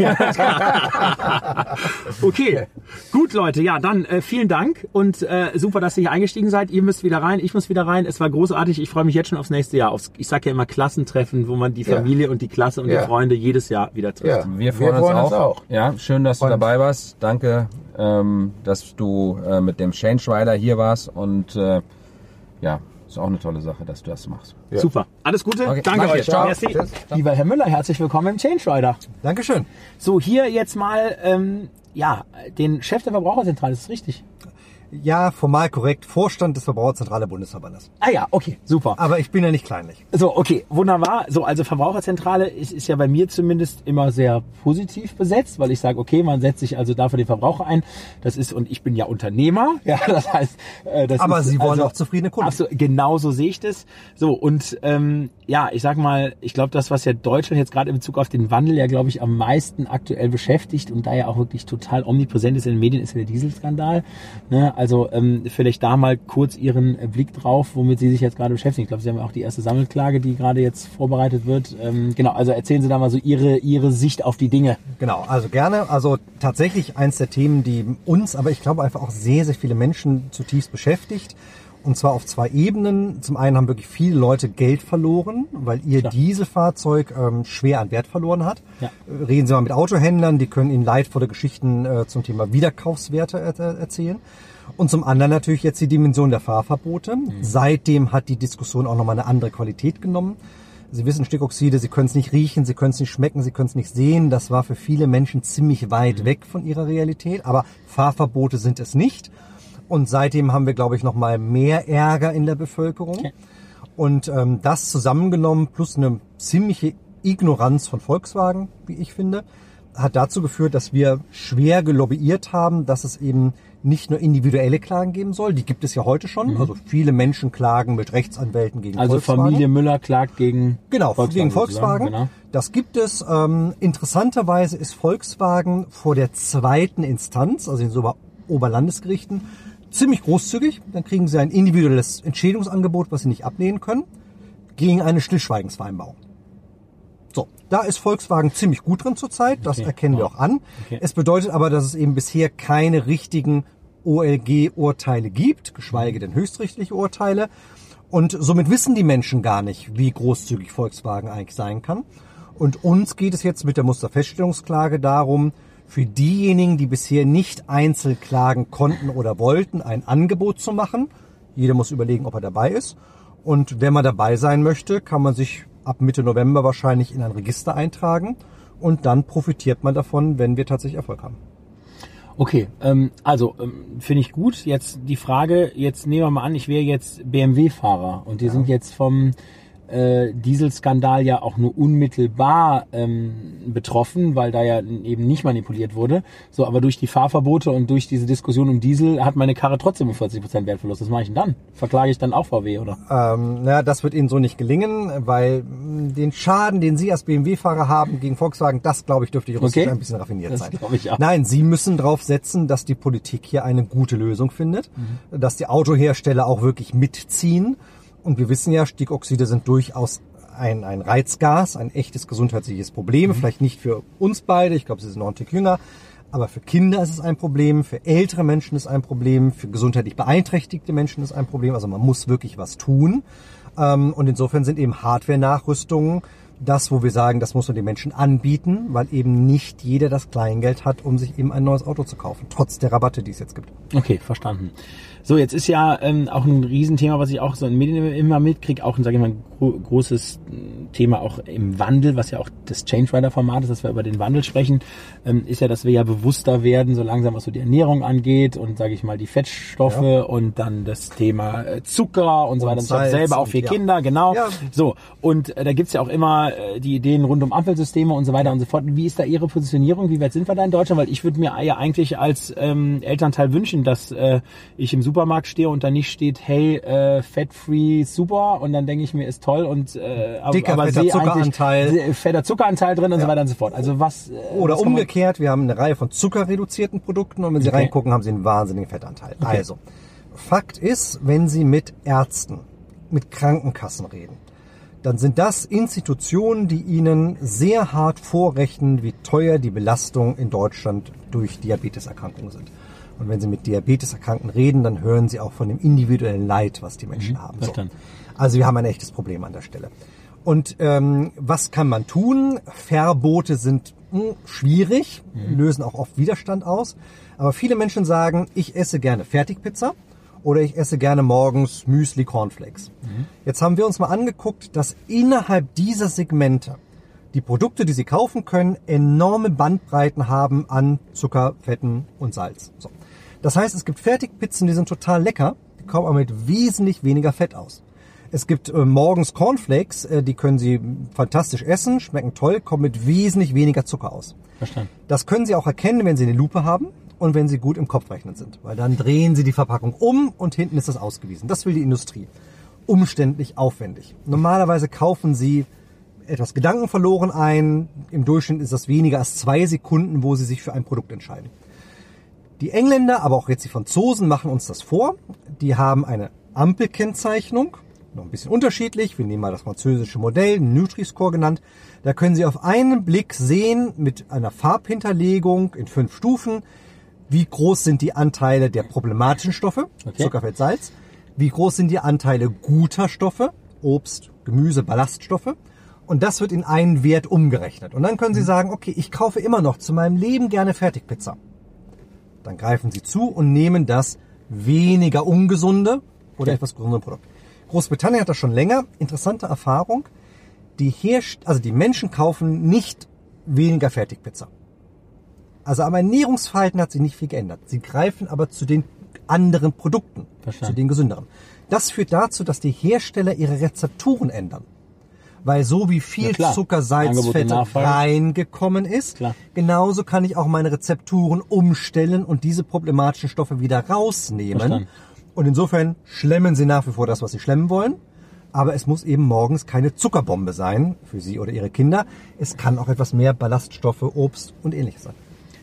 Okay, gut Leute, ja dann äh, vielen Dank und äh, super, dass ihr hier eingestiegen seid. Ihr müsst wieder rein, ich muss wieder rein. Es war großartig, ich freue mich jetzt schon aufs nächste Jahr. Aufs, ich sag ja immer Klassentreffen, wo man die Familie ja. und die Klasse und ja. die Freunde jedes Jahr wieder trifft. Ja. Wir freuen, Wir freuen uns, uns auch. auch. Ja, schön, dass und du dabei warst. Danke, ähm, dass du äh, mit dem Change Rider hier warst und äh, ja, ist auch eine tolle Sache, dass du das machst. Ja. Super. Alles Gute. Okay. Danke Danke euch. Ciao. Merci. Ciao. Lieber Herr Müller, herzlich willkommen im Change Rider. Dankeschön. So, hier jetzt mal, ähm, ja, den Chef der Verbraucherzentrale, ist das richtig? Ja, formal korrekt. Vorstand des Verbraucherzentrale Bundesverbandes. Ah ja, okay, super. Aber ich bin ja nicht kleinlich. So, okay, wunderbar. So, also Verbraucherzentrale ist, ist ja bei mir zumindest immer sehr positiv besetzt, weil ich sage, okay, man setzt sich also da für den Verbraucher ein. Das ist, und ich bin ja Unternehmer, ja, das heißt, äh, das Aber ist, Sie wollen also, auch zufriedene Kunden. Ach so, genau so sehe ich das. So, und ähm, ja, ich sag mal, ich glaube, das, was ja Deutschland jetzt gerade in Bezug auf den Wandel ja, glaube ich, am meisten aktuell beschäftigt und da ja auch wirklich total omnipräsent ist in den Medien, ist ja der Dieselskandal. Ne? Also ähm, vielleicht da mal kurz Ihren Blick drauf, womit Sie sich jetzt gerade beschäftigen. Ich glaube, Sie haben ja auch die erste Sammelklage, die gerade jetzt vorbereitet wird. Ähm, genau, also erzählen Sie da mal so Ihre, Ihre Sicht auf die Dinge. Genau, also gerne. Also tatsächlich eins der Themen, die uns, aber ich glaube einfach auch sehr, sehr viele Menschen zutiefst beschäftigt. Und zwar auf zwei Ebenen. Zum einen haben wirklich viele Leute Geld verloren, weil ihr Klar. Dieselfahrzeug ähm, schwer an Wert verloren hat. Ja. Reden Sie mal mit Autohändlern, die können Ihnen leidvolle Geschichten äh, zum Thema Wiederkaufswerte äh, erzählen. Und zum anderen natürlich jetzt die Dimension der Fahrverbote. Mhm. Seitdem hat die Diskussion auch nochmal eine andere Qualität genommen. Sie wissen, Stickoxide, Sie können es nicht riechen, Sie können es nicht schmecken, Sie können es nicht sehen. Das war für viele Menschen ziemlich weit mhm. weg von ihrer Realität. Aber Fahrverbote sind es nicht. Und seitdem haben wir, glaube ich, noch mal mehr Ärger in der Bevölkerung. Okay. Und ähm, das zusammengenommen plus eine ziemliche Ignoranz von Volkswagen, wie ich finde, hat dazu geführt, dass wir schwer gelobbyiert haben, dass es eben nicht nur individuelle Klagen geben soll. Die gibt es ja heute schon. Mhm. Also viele Menschen klagen mit Rechtsanwälten gegen also Volkswagen. Also Familie Müller klagt gegen genau, Volkswagen. Gegen Volkswagen. Genau. Das gibt es. Ähm, interessanterweise ist Volkswagen vor der zweiten Instanz, also in so Oberlandesgerichten, ziemlich großzügig. Dann kriegen sie ein individuelles Entschädigungsangebot, was sie nicht ablehnen können, gegen eine Stillschweigensvereinbarung. So, da ist Volkswagen ziemlich gut drin zurzeit. Das okay. erkennen wir auch an. Okay. Es bedeutet aber, dass es eben bisher keine richtigen O L G-Urteile gibt, geschweige denn höchstrichterliche Urteile. Und somit wissen die Menschen gar nicht, wie großzügig Volkswagen eigentlich sein kann. Und uns geht es jetzt mit der Musterfeststellungsklage darum, für diejenigen, die bisher nicht einzeln klagen konnten oder wollten, ein Angebot zu machen. Jeder muss überlegen, ob er dabei ist. Und wenn man dabei sein möchte, kann man sich ab Mitte November wahrscheinlich in ein Register eintragen. Und dann profitiert man davon, wenn wir tatsächlich Erfolg haben. Okay, ähm, also ähm, finde ich gut. Jetzt die Frage, jetzt nehmen wir mal an, ich wäre jetzt B M W-Fahrer und die ja. sind jetzt vom äh, Dieselskandal ja auch nur unmittelbar ähm, betroffen, weil da ja eben nicht manipuliert wurde. So, aber durch die Fahrverbote und durch diese Diskussion um Diesel hat meine Karre trotzdem um vierzig Prozent Wertverlust. Was mache ich denn dann? Verklage ich dann auch V W, oder? Ähm, na, das wird Ihnen so nicht gelingen, weil den Schaden, den Sie als B M W-Fahrer haben gegen Volkswagen, das, glaube ich, dürfte juristisch okay. ein bisschen raffiniert das sein. Ich auch. Nein, Sie müssen darauf setzen, dass die Politik hier eine gute Lösung findet, mhm. dass die Autohersteller auch wirklich mitziehen. Und wir wissen ja, Stickoxide sind durchaus ein, ein Reizgas, ein echtes gesundheitliches Problem. Mhm. Vielleicht nicht für uns beide, ich glaube, sie sind noch ein Tick jünger. Aber für Kinder ist es ein Problem, für ältere Menschen ist es ein Problem, für gesundheitlich beeinträchtigte Menschen ist es ein Problem. Also man muss wirklich was tun. Und insofern sind eben Hardware-Nachrüstungen das, wo wir sagen, das muss man den Menschen anbieten, weil eben nicht jeder das Kleingeld hat, um sich eben ein neues Auto zu kaufen, trotz der Rabatte, die es jetzt gibt. Okay, verstanden. So, jetzt ist ja ähm, auch ein Riesenthema, was ich auch so in den Medien immer mitkriege, auch ein, sage ich mal, ein gro- großes Thema auch im Wandel, was ja auch das Change Rider Format ist, dass wir über den Wandel sprechen, ähm, ist ja, dass wir ja bewusster werden, so langsam, was so die Ernährung angeht und, sage ich mal, die Fettstoffe ja. und dann das Thema äh, Zucker und so weiter. Und ich habe selber auch vier ja. Kinder, genau. Ja. So, und äh, da gibt's ja auch immer äh, die Ideen rund um Ampelsysteme und so weiter und so fort. Wie ist da Ihre Positionierung? Wie weit sind wir da in Deutschland? Weil ich würde mir ja eigentlich als ähm, Elternteil wünschen, dass äh, ich im Supermarkt stehe und da nicht steht, hey, äh, fat-free, super, und dann denke ich mir, ist toll und äh, dicker aber fetter Zuckeranteil, fetter Zuckeranteil drin und ja. so weiter und so fort. Also was? Äh, Oder was umgekehrt, wir haben eine Reihe von zuckerreduzierten Produkten und wenn Sie okay. reingucken, haben Sie einen wahnsinnigen Fettanteil. Okay. Also, Fakt ist, wenn Sie mit Ärzten, mit Krankenkassen reden, dann sind das Institutionen, die Ihnen sehr hart vorrechnen, wie teuer die Belastung in Deutschland durch Diabeteserkrankungen sind. Und wenn Sie mit Diabeteserkrankten reden, dann hören Sie auch von dem individuellen Leid, was die Menschen mhm, haben. So. Also wir haben ein echtes Problem an der Stelle. Und ähm, was kann man tun? Verbote sind mh, schwierig, mhm. lösen auch oft Widerstand aus. Aber viele Menschen sagen, ich esse gerne Fertigpizza oder ich esse gerne morgens Müsli Cornflakes. Mhm. Jetzt haben wir uns mal angeguckt, dass innerhalb dieser Segmente die Produkte, die Sie kaufen können, enorme Bandbreiten haben an Zucker, Fetten und Salz. So. Das heißt, es gibt Fertigpizzen, die sind total lecker, die kommen aber mit wesentlich weniger Fett aus. Es gibt äh, morgens Cornflakes, äh, die können Sie fantastisch essen, schmecken toll, kommen mit wesentlich weniger Zucker aus. Verstanden. Das können Sie auch erkennen, wenn Sie eine Lupe haben und wenn Sie gut im Kopf rechnen sind. Weil dann drehen Sie die Verpackung um und hinten ist das ausgewiesen. Das will die Industrie. Umständlich, aufwendig. Normalerweise kaufen Sie etwas Gedanken verloren ein. Im Durchschnitt ist das weniger als zwei Sekunden, wo Sie sich für ein Produkt entscheiden. Die Engländer, aber auch jetzt die Franzosen machen uns das vor. Die haben eine Ampelkennzeichnung, noch ein bisschen unterschiedlich. Wir nehmen mal das französische Modell, Nutri-Score genannt. Da können Sie auf einen Blick sehen, mit einer Farbhinterlegung in fünf Stufen, wie groß sind die Anteile der problematischen Stoffe, okay. Zucker, Fett, Salz, Wie groß sind die Anteile guter Stoffe, Obst, Gemüse, Ballaststoffe? Und das wird in einen Wert umgerechnet. Und dann können Sie sagen, okay, ich kaufe immer noch zu meinem Leben gerne Fertigpizza. Dann greifen Sie zu und nehmen das weniger ungesunde oder etwas gesundere Produkt. Großbritannien hat das schon länger. Interessante Erfahrung. Die Herst- also die Menschen kaufen nicht weniger Fertigpizza. Also am Ernährungsverhalten hat sich nicht viel geändert. Sie greifen aber zu den anderen Produkten, Verstanden. zu den gesünderen. Das führt dazu, dass die Hersteller ihre Rezepturen ändern. Weil so wie viel Ja, Zucker, Salz, Angebot und Fett Nachfrage. reingekommen ist, Klar. genauso kann ich auch meine Rezepturen umstellen und diese problematischen Stoffe wieder rausnehmen. Verstanden. Und insofern schlemmen sie nach wie vor das, was sie schlemmen wollen. Aber es muss eben morgens keine Zuckerbombe sein für Sie oder Ihre Kinder. Es kann auch etwas mehr Ballaststoffe, Obst und Ähnliches sein.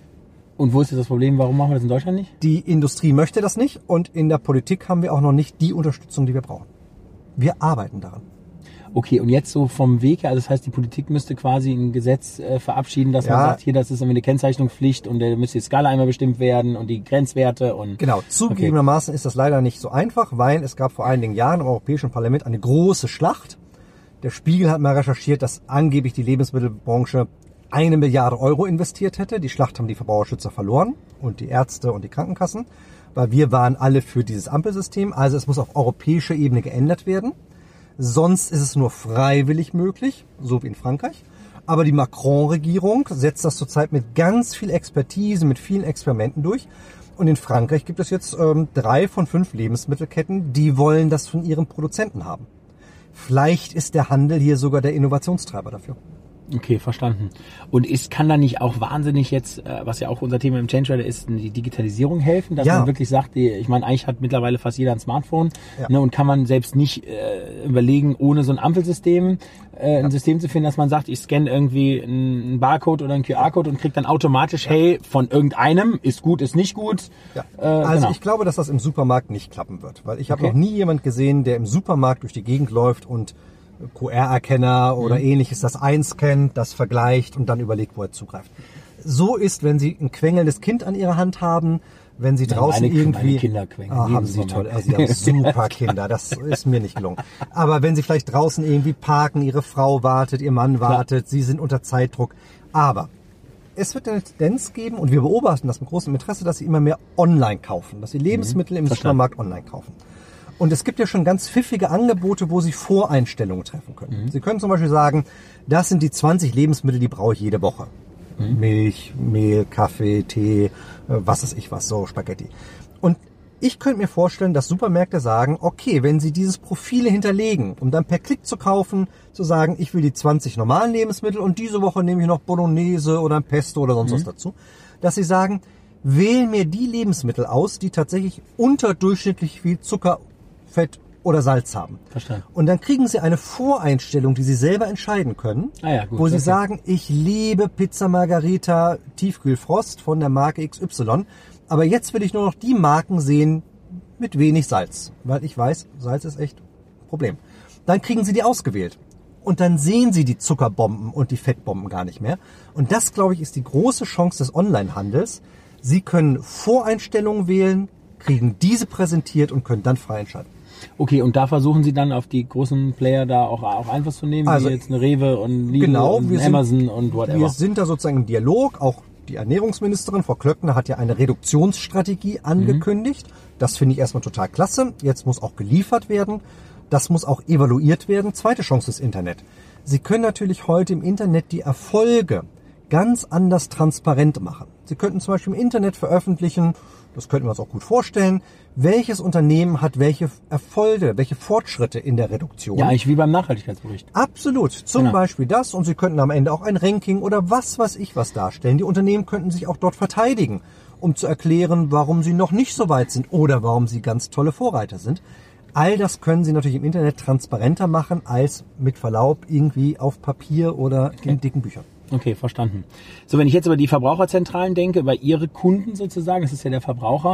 Und wo ist jetzt das Problem? Warum machen wir das in Deutschland nicht? Die Industrie möchte das nicht und in der Politik haben wir auch noch nicht die Unterstützung, die wir brauchen. Wir arbeiten daran. Okay, und jetzt so vom Weg her, also das heißt, die Politik müsste quasi ein Gesetz äh, verabschieden, dass man Ja. sagt, hier, das ist irgendwie eine Kennzeichnungspflicht und da müsste die Skala einmal bestimmt werden und die Grenzwerte und... Genau, zugegebenermaßen ist das leider nicht so einfach, weil es gab vor einigen Jahren im Europäischen Parlament eine große Schlacht. Der Spiegel hat mal recherchiert, dass angeblich die Lebensmittelbranche eine Milliarde Euro investiert hätte. Die Schlacht haben die Verbraucherschützer verloren und die Ärzte und die Krankenkassen, weil wir waren alle für dieses Ampelsystem. Also es muss auf europäischer Ebene geändert werden. Sonst ist es nur freiwillig möglich, so wie in Frankreich. Aber die Macron-Regierung setzt das zurzeit mit ganz viel Expertise, mit vielen Experimenten durch. Und in Frankreich gibt es jetzt ähm, drei von fünf Lebensmittelketten, die wollen das von ihren Produzenten haben. Vielleicht ist der Handel hier sogar der Innovationstreiber dafür. Okay, verstanden. Und ist, kann da nicht auch wahnsinnig jetzt, äh, was ja auch unser Thema im Change Rider ist, die Digitalisierung helfen, dass Ja. man wirklich sagt, die, ich meine, eigentlich hat mittlerweile fast jeder ein Smartphone, Ja. ne, und kann man selbst nicht äh, überlegen, ohne so ein Ampelsystem äh, ein System zu finden, dass man sagt, ich scanne irgendwie einen Barcode oder einen Q R-Code und kriege dann automatisch, hey, von irgendeinem, ist gut, ist nicht gut. Ja. Äh, also genau. ich glaube, dass das im Supermarkt nicht klappen wird, weil ich habe Okay. noch nie jemand gesehen, der im Supermarkt durch die Gegend läuft und Q R-Erkenner oder Mhm. ähnliches das einscannt, das vergleicht und dann überlegt, wo er zugreift. So ist, wenn Sie ein quengelndes Kind an Ihrer Hand haben, wenn Sie Ja, draußen meine- irgendwie... meine Kinder quengeln Ah, jeden haben Sie toll, Supermarkt. also Sie haben super Kinder, das ist mir nicht gelungen. Aber wenn Sie vielleicht draußen irgendwie parken, Ihre Frau wartet, Ihr Mann wartet, Sie sind unter Zeitdruck. Aber es wird eine Tendenz geben, und wir beobachten das mit großem Interesse, dass Sie immer mehr online kaufen, dass Sie Lebensmittel im Verstanden. Supermarkt online kaufen. Und es gibt ja schon ganz pfiffige Angebote, wo Sie Voreinstellungen treffen können. Mhm. Sie können zum Beispiel sagen, das sind die zwanzig Lebensmittel, die brauche ich jede Woche. Mhm. Milch, Mehl, Kaffee, Tee, äh, was weiß ich was, so Spaghetti. Und ich könnte mir vorstellen, dass Supermärkte sagen, okay, wenn Sie dieses Profile hinterlegen, um dann per Klick zu kaufen, zu sagen, ich will die zwanzig normalen Lebensmittel und diese Woche nehme ich noch Bolognese oder ein Pesto oder sonst Mhm. was dazu, dass Sie sagen, wähl mir die Lebensmittel aus, die tatsächlich unterdurchschnittlich viel Zucker, Fett oder Salz haben. Verstanden. Und dann kriegen Sie eine Voreinstellung, die Sie selber entscheiden können, Ah ja, gut, wo Sie okay. sagen, ich liebe Pizza Margarita Tiefkühlfrost von der Marke X Y, aber jetzt will ich nur noch die Marken sehen mit wenig Salz, weil ich weiß, Salz ist echt ein Problem. Dann kriegen Sie die ausgewählt. Und dann sehen Sie die Zuckerbomben und die Fettbomben gar nicht mehr. Und das, glaube ich, ist die große Chance des Onlinehandels. Sie können Voreinstellungen wählen, kriegen diese präsentiert und können dann frei entscheiden. Okay, und da versuchen Sie dann auf die großen Player da auch, auch Einfluss zu nehmen, Also, wie jetzt eine Rewe und Lidl genau, und wir sind- Amazon und whatever. Wir sind da sozusagen im Dialog. Auch die Ernährungsministerin, Frau Klöckner, hat ja eine Reduktionsstrategie angekündigt. Das finde ich erstmal total klasse. Jetzt muss auch geliefert werden. Das muss auch evaluiert werden. Zweite Chance des Internet. Sie können natürlich heute im Internet die Erfolge ganz anders transparent machen. Sie könnten zum Beispiel im Internet veröffentlichen, das könnten wir uns auch gut vorstellen, welches Unternehmen hat welche Erfolge, welche Fortschritte in der Reduktion. Ja, eigentlich wie beim Nachhaltigkeitsbericht. Absolut. Zum Genau. Beispiel das. Und Sie könnten am Ende auch ein Ranking oder was weiß ich was darstellen. Die Unternehmen könnten sich auch dort verteidigen, um zu erklären, warum sie noch nicht so weit sind oder warum sie ganz tolle Vorreiter sind. All das können Sie natürlich im Internet transparenter machen als mit Verlaub irgendwie auf Papier oder in dicken Büchern. Okay, verstanden. So, wenn ich jetzt über die Verbraucherzentralen denke, über Ihre Kunden sozusagen, das ist ja der Verbraucher,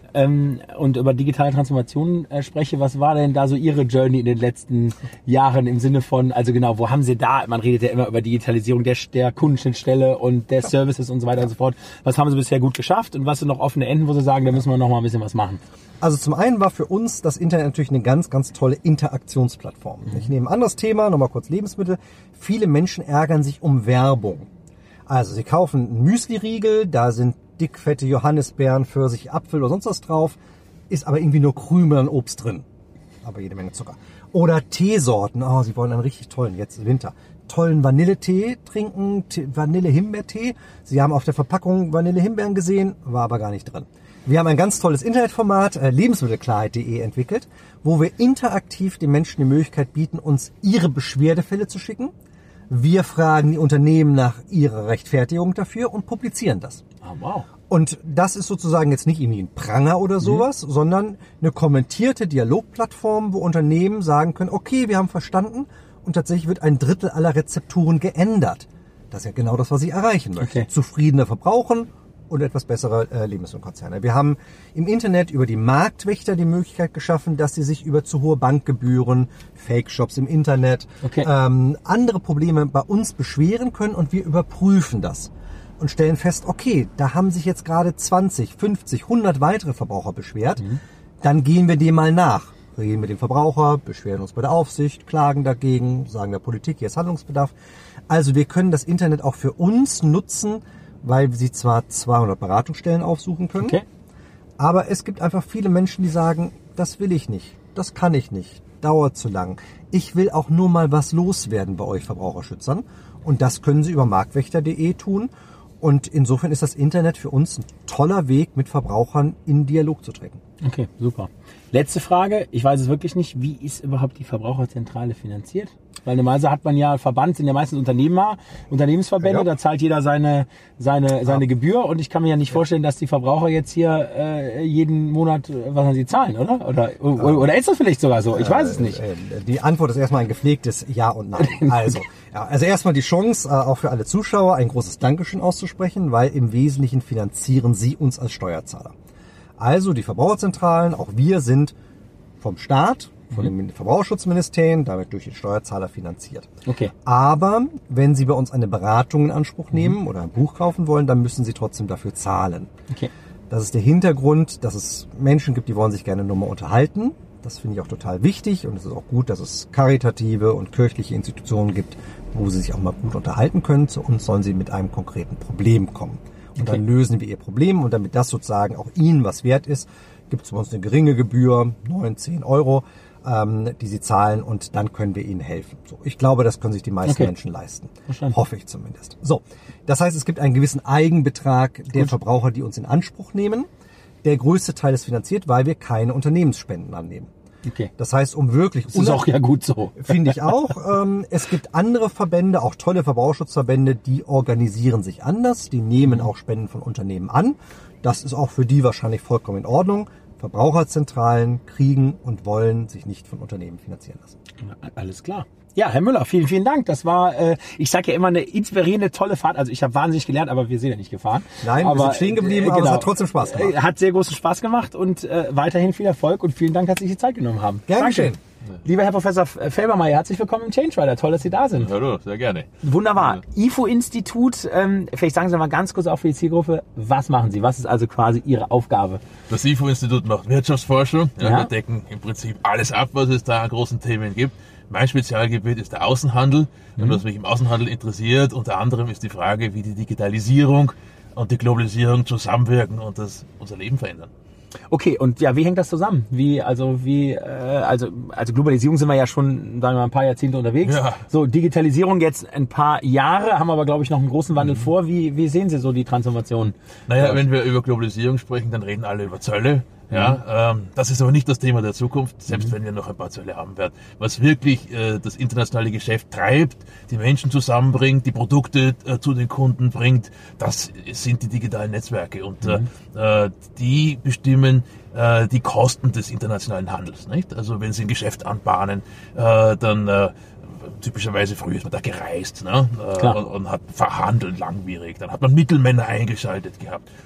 ähm, und über digitale Transformation äh, spreche, was war denn da so Ihre Journey in den letzten Jahren im Sinne von, also genau, wo haben Sie da, man redet ja immer über Digitalisierung der, der Kundenschnittstelle und der Services und so weiter und so fort. Was haben Sie bisher gut geschafft und was sind noch offene Enden, wo Sie sagen, da müssen wir noch mal ein bisschen was machen? Also zum einen war für uns das Internet natürlich eine ganz, ganz tolle Interaktionsplattform. Ich nehme ein anderes Thema, nochmal kurz Lebensmittel. Viele Menschen ärgern sich um Werbung. Also sie kaufen einen Müsli-Riegel, da sind dickfette Johannisbeeren, Pfirsich, Apfel oder sonst was drauf, ist aber irgendwie nur Krümel und Obst drin. Aber jede Menge Zucker. Oder Teesorten, oh, sie wollen einen richtig tollen, jetzt Winter, tollen Vanilletee trinken, Vanille-Himbeertee. Sie haben auf der Verpackung Vanille-Himbeeren gesehen, war aber gar nicht drin. Wir haben ein ganz tolles Internetformat, äh, lebensmittelklarheit punkt de entwickelt, wo wir interaktiv den Menschen die Möglichkeit bieten, uns ihre Beschwerdefälle zu schicken. Wir fragen die Unternehmen nach ihrer Rechtfertigung dafür und publizieren das. Oh, wow. Und das ist sozusagen jetzt nicht irgendwie ein Pranger oder sowas, mhm. sondern eine kommentierte Dialogplattform, wo Unternehmen sagen können, okay, wir haben verstanden und tatsächlich wird ein Drittel aller Rezepturen geändert. Das ist ja genau das, was ich erreichen möchte. Okay. Zufriedener Verbraucher und etwas bessere äh, Lebensmittelkonzerne. Wir haben im Internet über die Marktwächter die Möglichkeit geschaffen, dass sie sich über zu hohe Bankgebühren, Fake-Shops im Internet, okay. ähm, andere Probleme bei uns beschweren können und wir überprüfen das und stellen fest, okay, da haben sich jetzt gerade zwanzig, fünfzig, hundert weitere Verbraucher beschwert, mhm. dann gehen wir dem mal nach. Reden mit dem Verbraucher, beschweren uns bei der Aufsicht, klagen dagegen, sagen der Politik, hier ist Handlungsbedarf. Also wir können das Internet auch für uns nutzen, weil sie zwar zweihundert Beratungsstellen aufsuchen können, okay. aber es gibt einfach viele Menschen, die sagen, das will ich nicht, das kann ich nicht, dauert zu lang. Ich will auch nur mal was loswerden bei euch Verbraucherschützern und das können sie über marktwächter punkt de tun und insofern ist das Internet für uns ein toller Weg, mit Verbrauchern in Dialog zu treten. Okay, super. Letzte Frage, ich weiß es wirklich nicht, wie ist überhaupt die Verbraucherzentrale finanziert? Weil normalerweise hat man ja Verband, sind ja meistens Unternehmer, Unternehmensverbände, ja. da zahlt jeder seine seine seine ja. Gebühr und ich kann mir ja nicht ja. vorstellen, dass die Verbraucher jetzt hier äh, jeden Monat, was haben sie zahlen, oder? Oder, oder? Oder ist das vielleicht sogar so? Ich weiß es nicht. Die Antwort ist erstmal ein gepflegtes Ja und Nein. Also, ja, also erstmal die Chance, auch für alle Zuschauer ein großes Dankeschön auszusprechen, weil im Wesentlichen finanzieren sie uns als Steuerzahler. Also die Verbraucherzentralen, auch wir sind vom Staat, von den Verbraucherschutzministerien, damit durch den Steuerzahler finanziert. Okay. Aber wenn Sie bei uns eine Beratung in Anspruch nehmen mhm. oder ein Buch kaufen wollen, dann müssen Sie trotzdem dafür zahlen. Okay. Das ist der Hintergrund, dass es Menschen gibt, die wollen sich gerne nur mal unterhalten. Das finde ich auch total wichtig und es ist auch gut, dass es karitative und kirchliche Institutionen gibt, wo sie sich auch mal gut unterhalten können. Zu uns sollen sie mit einem konkreten Problem kommen. Und okay. dann lösen wir ihr Problem und damit das sozusagen auch ihnen was wert ist, gibt es bei uns eine geringe Gebühr, neun, zehn Euro, ähm, die sie zahlen und dann können wir ihnen helfen. So, ich glaube, das können sich die meisten okay. Menschen leisten. Hoffe ich zumindest. So, das heißt, es gibt einen gewissen Eigenbetrag der Gut. Verbraucher, die uns in Anspruch nehmen. Der größte Teil ist finanziert, weil wir keine Unternehmensspenden annehmen. Okay. Das heißt, um wirklich... Das ist auch ja gut so. Finde ich auch. Ähm, es gibt andere Verbände, auch tolle Verbraucherschutzverbände, die organisieren sich anders. Die nehmen auch Spenden von Unternehmen an. Das ist auch für die wahrscheinlich vollkommen in Ordnung. Verbraucherzentralen kriegen und wollen sich nicht von Unternehmen finanzieren lassen. Alles klar. Ja, Herr Müller, vielen, vielen Dank. Das war, äh, ich sage ja immer, eine inspirierende, tolle Fahrt. Also ich habe wahnsinnig gelernt, aber wir sind ja nicht gefahren. Nein, aber, wir sind stehen geblieben, äh, genau. aber es hat trotzdem Spaß gemacht. Hat sehr großen Spaß gemacht und äh, weiterhin viel Erfolg und vielen Dank, dass Sie sich die Zeit genommen haben. Gern geschehen. Lieber Herr Professor Felbermayr, herzlich willkommen im Change Rider. Toll, dass Sie da sind. Hallo, sehr gerne. Wunderbar. Ja. I F O-Institut, ähm, vielleicht sagen Sie mal ganz kurz auch für die Zielgruppe, was machen Sie? Was ist also quasi Ihre Aufgabe? Das I F O-Institut macht Wirtschaftsforschung. Ja, Ja. Wir decken im Prinzip alles ab, was es da an großen Themen gibt. Mein Spezialgebiet ist der Außenhandel. Mhm. Und was mich im Außenhandel interessiert, unter anderem ist die Frage, wie die Digitalisierung und die Globalisierung zusammenwirken und das unser Leben verändern. Okay, und ja, wie hängt das zusammen? Wie, also wie, äh, also, also Globalisierung sind wir ja schon, sagen wir mal, ein paar Jahrzehnte unterwegs. Ja. So, Digitalisierung jetzt ein paar Jahre, haben aber, glaube ich, noch einen großen Wandel mhm. vor. Wie, wie sehen Sie so die Transformation? Naja, wenn wir über Globalisierung sprechen, dann reden alle über Zölle. Ja, ähm, das ist aber nicht das Thema der Zukunft, selbst mhm. wenn wir noch ein paar Zölle haben werden. Was wirklich äh, das internationale Geschäft treibt, die Menschen zusammenbringt, die Produkte äh, zu den Kunden bringt, das sind die digitalen Netzwerke und mhm. äh, die bestimmen äh, die Kosten des internationalen Handels. Nicht? Also wenn sie ein Geschäft anbahnen, äh, dann äh, typischerweise früher ist man da gereist, ne? äh, und, und hat verhandelt langwierig, dann hat man Mittelmänner eingeschaltet gehabt.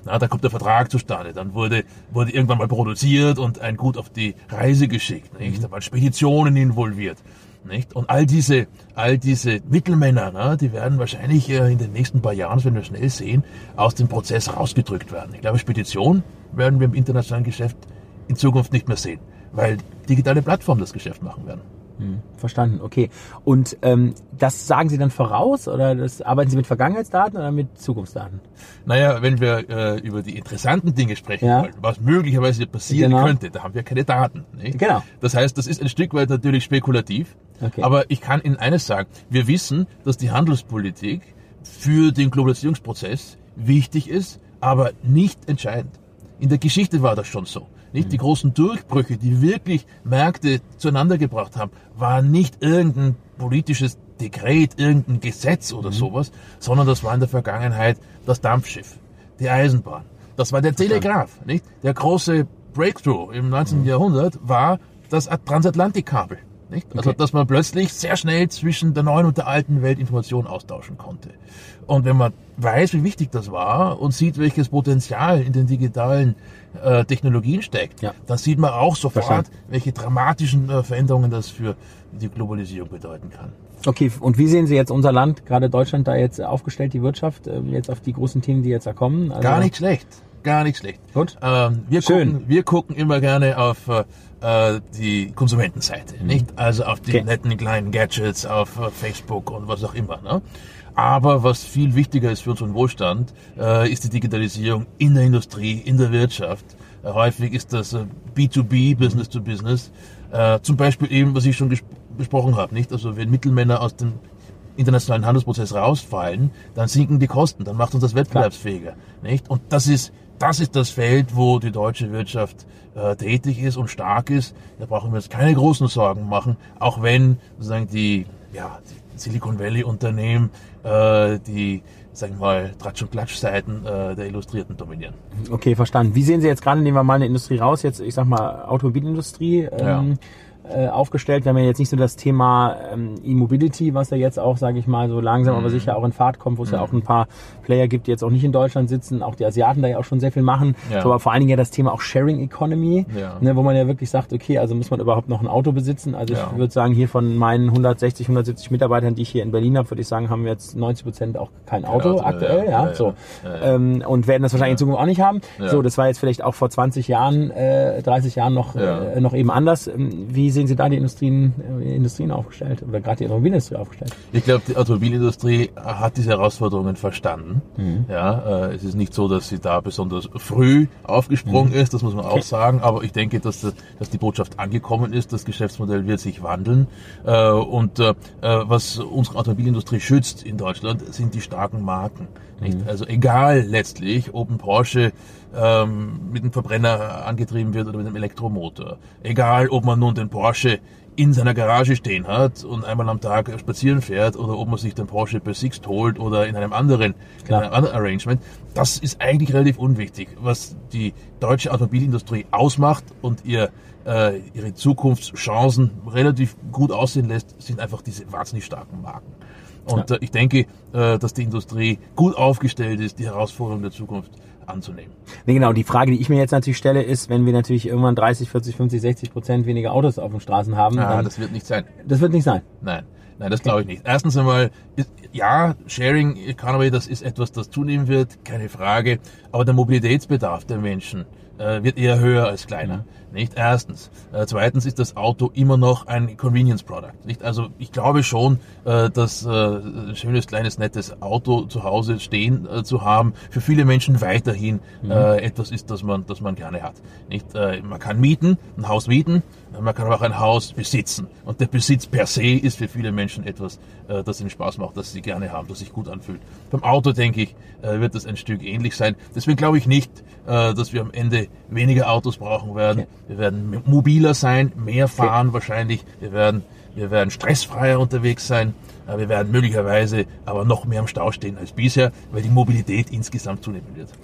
Na, dann kommt der Vertrag zustande, dann wurde, wurde irgendwann mal produziert und ein Gut auf die Reise geschickt, nicht? Da waren Speditionen involviert. Nicht? Und all diese, all diese Mittelmänner, ne, die werden wahrscheinlich äh, in den nächsten paar Jahren, das werden wir schnell sehen, aus dem Prozess rausgedrückt werden. Ich glaube, Spedition werden wir im internationalen Geschäft in Zukunft nicht mehr sehen, weil digitale Plattformen das Geschäft machen werden. Hm, verstanden, okay. Und ähm, das sagen Sie dann voraus oder das, arbeiten Sie mit Vergangenheitsdaten oder mit Zukunftsdaten? Naja, wenn wir äh, über die interessanten Dinge sprechen Ja. wollen, was möglicherweise passieren Genau. könnte, da haben wir keine Daten. Nicht? Genau. Das heißt, das ist ein Stück weit natürlich spekulativ, Okay. aber ich kann Ihnen eines sagen, wir wissen, dass die Handelspolitik für den Globalisierungsprozess wichtig ist, aber nicht entscheidend. In der Geschichte war das schon so. Nicht? Die großen Durchbrüche, die wirklich Märkte zueinander gebracht haben, waren nicht irgendein politisches Dekret, irgendein Gesetz oder sowas, sondern das war in der Vergangenheit das Dampfschiff, die Eisenbahn. Das war der Telegraph. Nicht? Der große Breakthrough im neunzehnten Jahrhundert war das Transatlantikkabel. Nicht? Also, Okay. dass man plötzlich sehr schnell zwischen der neuen und der alten Welt Informationen austauschen konnte. Und wenn man weiß, wie wichtig das war und sieht, welches Potenzial in den digitalen äh, Technologien steckt, Ja. dann sieht man auch sofort, Verstanden. welche dramatischen äh, Veränderungen das für die Globalisierung bedeuten kann. Okay, und wie sehen Sie jetzt unser Land, gerade Deutschland, da jetzt aufgestellt, die Wirtschaft, äh, jetzt auf die großen Themen, die jetzt da kommen? Also, Gar nicht schlecht. Gar nicht schlecht. Gut. Ähm, wir, Schön. gucken, wir gucken immer gerne auf äh, die Konsumentenseite, nicht? Also auf die Okay. netten kleinen Gadgets, auf äh, Facebook und was auch immer. Ne? Aber was viel wichtiger ist für unseren Wohlstand, äh, ist die Digitalisierung in der Industrie, in der Wirtschaft. Äh, häufig ist das äh, B to B, Business to Business. Äh, zum Beispiel eben, was ich schon ges- besprochen habe, nicht? Also wenn Mittelmänner aus dem internationalen Handelsprozess rausfallen, dann sinken die Kosten, dann macht uns das wettbewerbsfähiger, nicht? Und das ist das ist das Feld, wo die deutsche Wirtschaft äh, tätig ist und stark ist. Da brauchen wir uns keine großen Sorgen machen, auch wenn sozusagen die, ja, die Silicon Valley Unternehmen, äh, die, sagen wir mal, Tratsch- und Klatsch-Seiten äh, der Illustrierten dominieren. Okay, verstanden. Wie sehen Sie jetzt gerade, nehmen wir mal eine Industrie raus, jetzt, ich sag mal, Automobilindustrie, ähm, äh, aufgestellt. Wir haben ja jetzt nicht nur das Thema ähm, E-Mobility, was ja jetzt auch, sage ich mal, so langsam, aber sicher auch in Fahrt kommt, wo es ja auch ein paar Player gibt, die jetzt auch nicht in Deutschland sitzen, auch die Asiaten da ja auch schon sehr viel machen. Ja. So, aber vor allen Dingen ja das Thema auch Sharing Economy, Ja. ne, wo man ja wirklich sagt, okay, also muss man überhaupt noch ein Auto besitzen. Also Ja. ich würde sagen, hier von meinen hundertsechzig, hundertsiebzig Mitarbeitern, die ich hier in Berlin habe, würde ich sagen, haben wir jetzt neunzig Prozent auch kein Auto Auto, aktuell, ja, ja, ja, so. ja, ja. Ähm, und werden das wahrscheinlich in Zukunft auch nicht haben. Ja. So, das war jetzt vielleicht auch vor zwanzig Jahren, äh, dreißig Jahren noch, Ja. äh, noch eben anders. Ähm, Wie sehen Sie da die Industrien, äh, Industrien aufgestellt oder gerade die Automobilindustrie aufgestellt? Ich glaube, die Automobilindustrie hat diese Herausforderungen verstanden. Mhm. Ja, äh, es ist nicht so, dass sie da besonders früh aufgesprungen Mhm. ist, das muss man auch sagen, aber ich denke, dass, das, dass die Botschaft angekommen ist, das Geschäftsmodell wird sich wandeln. Äh, und äh, was unsere Automobilindustrie schützt in Deutschland, sind die starken Marken. Nicht? Mhm. Also egal letztlich, ob ein Porsche ähm, mit einem Verbrenner angetrieben wird oder mit einem Elektromotor. Egal, ob man nun den Porsche in seiner Garage stehen hat und einmal am Tag spazieren fährt oder ob man sich den Porsche per Sixt holt oder in einem anderen, in einem anderen Arrangement. Das ist eigentlich relativ unwichtig. Was die deutsche Automobilindustrie ausmacht und ihr, äh, ihre Zukunftschancen relativ gut aussehen lässt, sind einfach diese wahnsinnig starken Marken. Und Ja. äh, ich denke, äh, dass die Industrie gut aufgestellt ist, die Herausforderungen der Zukunft anzunehmen. Nee, genau, die Frage, die ich mir jetzt natürlich stelle, ist, wenn wir natürlich irgendwann dreißig, vierzig, fünfzig, sechzig Prozent weniger Autos auf den Straßen haben, Ah, dann, das wird nicht sein. das wird nicht sein. Nein, nein, das glaube ich nicht. Erstens einmal, ist, ja, Sharing Economy, das ist etwas, das zunehmen wird, keine Frage. Aber der Mobilitätsbedarf der Menschen äh, wird eher höher als kleiner. Nicht? Erstens. Äh, zweitens ist das Auto immer noch ein Convenience Product. Nicht? Also ich glaube schon, äh, dass äh, ein schönes, kleines, nettes Auto zu Hause stehen äh, zu haben, für viele Menschen weiterhin äh, etwas ist, das man, das man gerne hat. Nicht? Äh, man kann mieten, ein Haus mieten, man kann aber auch ein Haus besitzen. Und der Besitz per se ist für viele Menschen etwas, äh, das ihnen Spaß macht, das sie gerne haben, das sich gut anfühlt. Beim Auto, denke ich, äh, wird das ein Stück ähnlich sein. Deswegen glaube ich nicht, äh, dass wir am Ende weniger Autos brauchen werden. Okay. Wir werden mobiler sein, mehr fahren wahrscheinlich. Wir werden, wir werden stressfreier unterwegs sein. Äh, Wir werden möglicherweise aber noch mehr im Stau stehen als bisher, weil die Mobilität insgesamt zunehmen wird. Okay.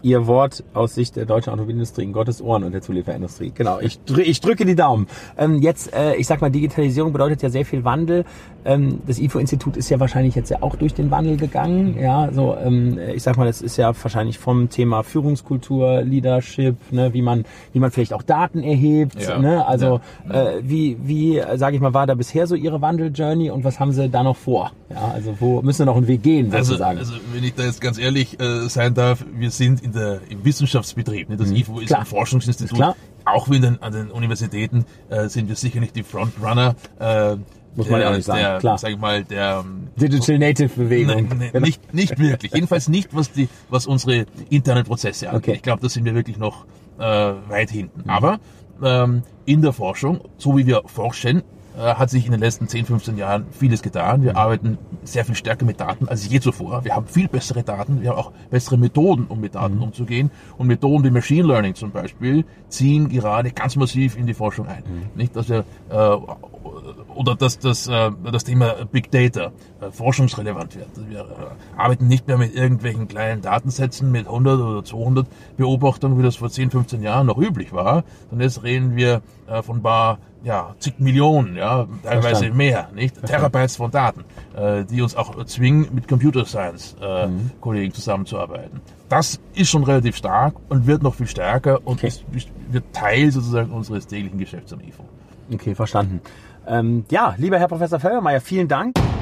Ihr Wort aus Sicht der deutschen Automobilindustrie in Gottes Ohren und der Zulieferindustrie. Genau, ich, drü ich drücke die Daumen. Ähm, jetzt, äh, ich sag mal, Digitalisierung bedeutet ja sehr viel Wandel. Ähm, das I F O-Institut ist ja wahrscheinlich jetzt ja auch durch den Wandel gegangen. Ja, so, ähm, ich sag mal, das ist ja wahrscheinlich vom Thema Führungskultur, Leadership, ne, wie man, wie man vielleicht auch Daten erhebt. Ja. Ne? Also, ja. äh, wie, wie, sage ich mal, war da bisher so Ihre Wandel-Journey und was haben Sie da noch vor? Ja, also, wo müssen wir noch einen Weg gehen, sozusagen? Also, also, wenn ich da jetzt ganz ehrlich äh, sein darf, wir sind in der, im Wissenschaftsbetrieb. Ne? Das mhm. I F O ist Klar. ein Forschungsinstitut. Ist auch wie in den, an den Universitäten äh, sind wir sicher nicht die Frontrunner. Äh, Muss man der, ja auch nicht sagen, der, klar. Sag ich mal, der Digital Native Bewegung. Ne, ne, nicht, nicht wirklich. Jedenfalls nicht, was die, was unsere internen Prozesse angeht. Okay. Ich glaube, da sind wir wirklich noch äh, weit hinten. Mhm. Aber ähm, in der Forschung, so wie wir forschen, äh, hat sich in den letzten zehn, fünfzehn Jahren vieles getan. Wir mhm. arbeiten sehr viel stärker mit Daten als je zuvor. Wir haben viel bessere Daten. Wir haben auch bessere Methoden, um mit Daten mhm. umzugehen. Und Methoden wie Machine Learning zum Beispiel ziehen gerade ganz massiv in die Forschung ein. Mhm. Nicht, dass wir äh, oder dass das, äh, das Thema Big Data äh, forschungsrelevant wird. Wir äh, arbeiten nicht mehr mit irgendwelchen kleinen Datensätzen mit hundert oder zweihundert Beobachtungen, wie das vor zehn, fünfzehn Jahren noch üblich war, sondern jetzt reden wir äh, von bar, ja, zig Millionen, ja, teilweise Verstand. mehr, nicht? Verstand. Terabytes von Daten, äh, die uns auch zwingen, mit Computer Science äh, mhm. Kollegen zusammenzuarbeiten. Das ist schon relativ stark und wird noch viel stärker und okay. ist, wird Teil sozusagen unseres täglichen Geschäfts am I F O. Okay, verstanden. Ähm, ja, lieber Herr Professor Felbermayr, vielen Dank.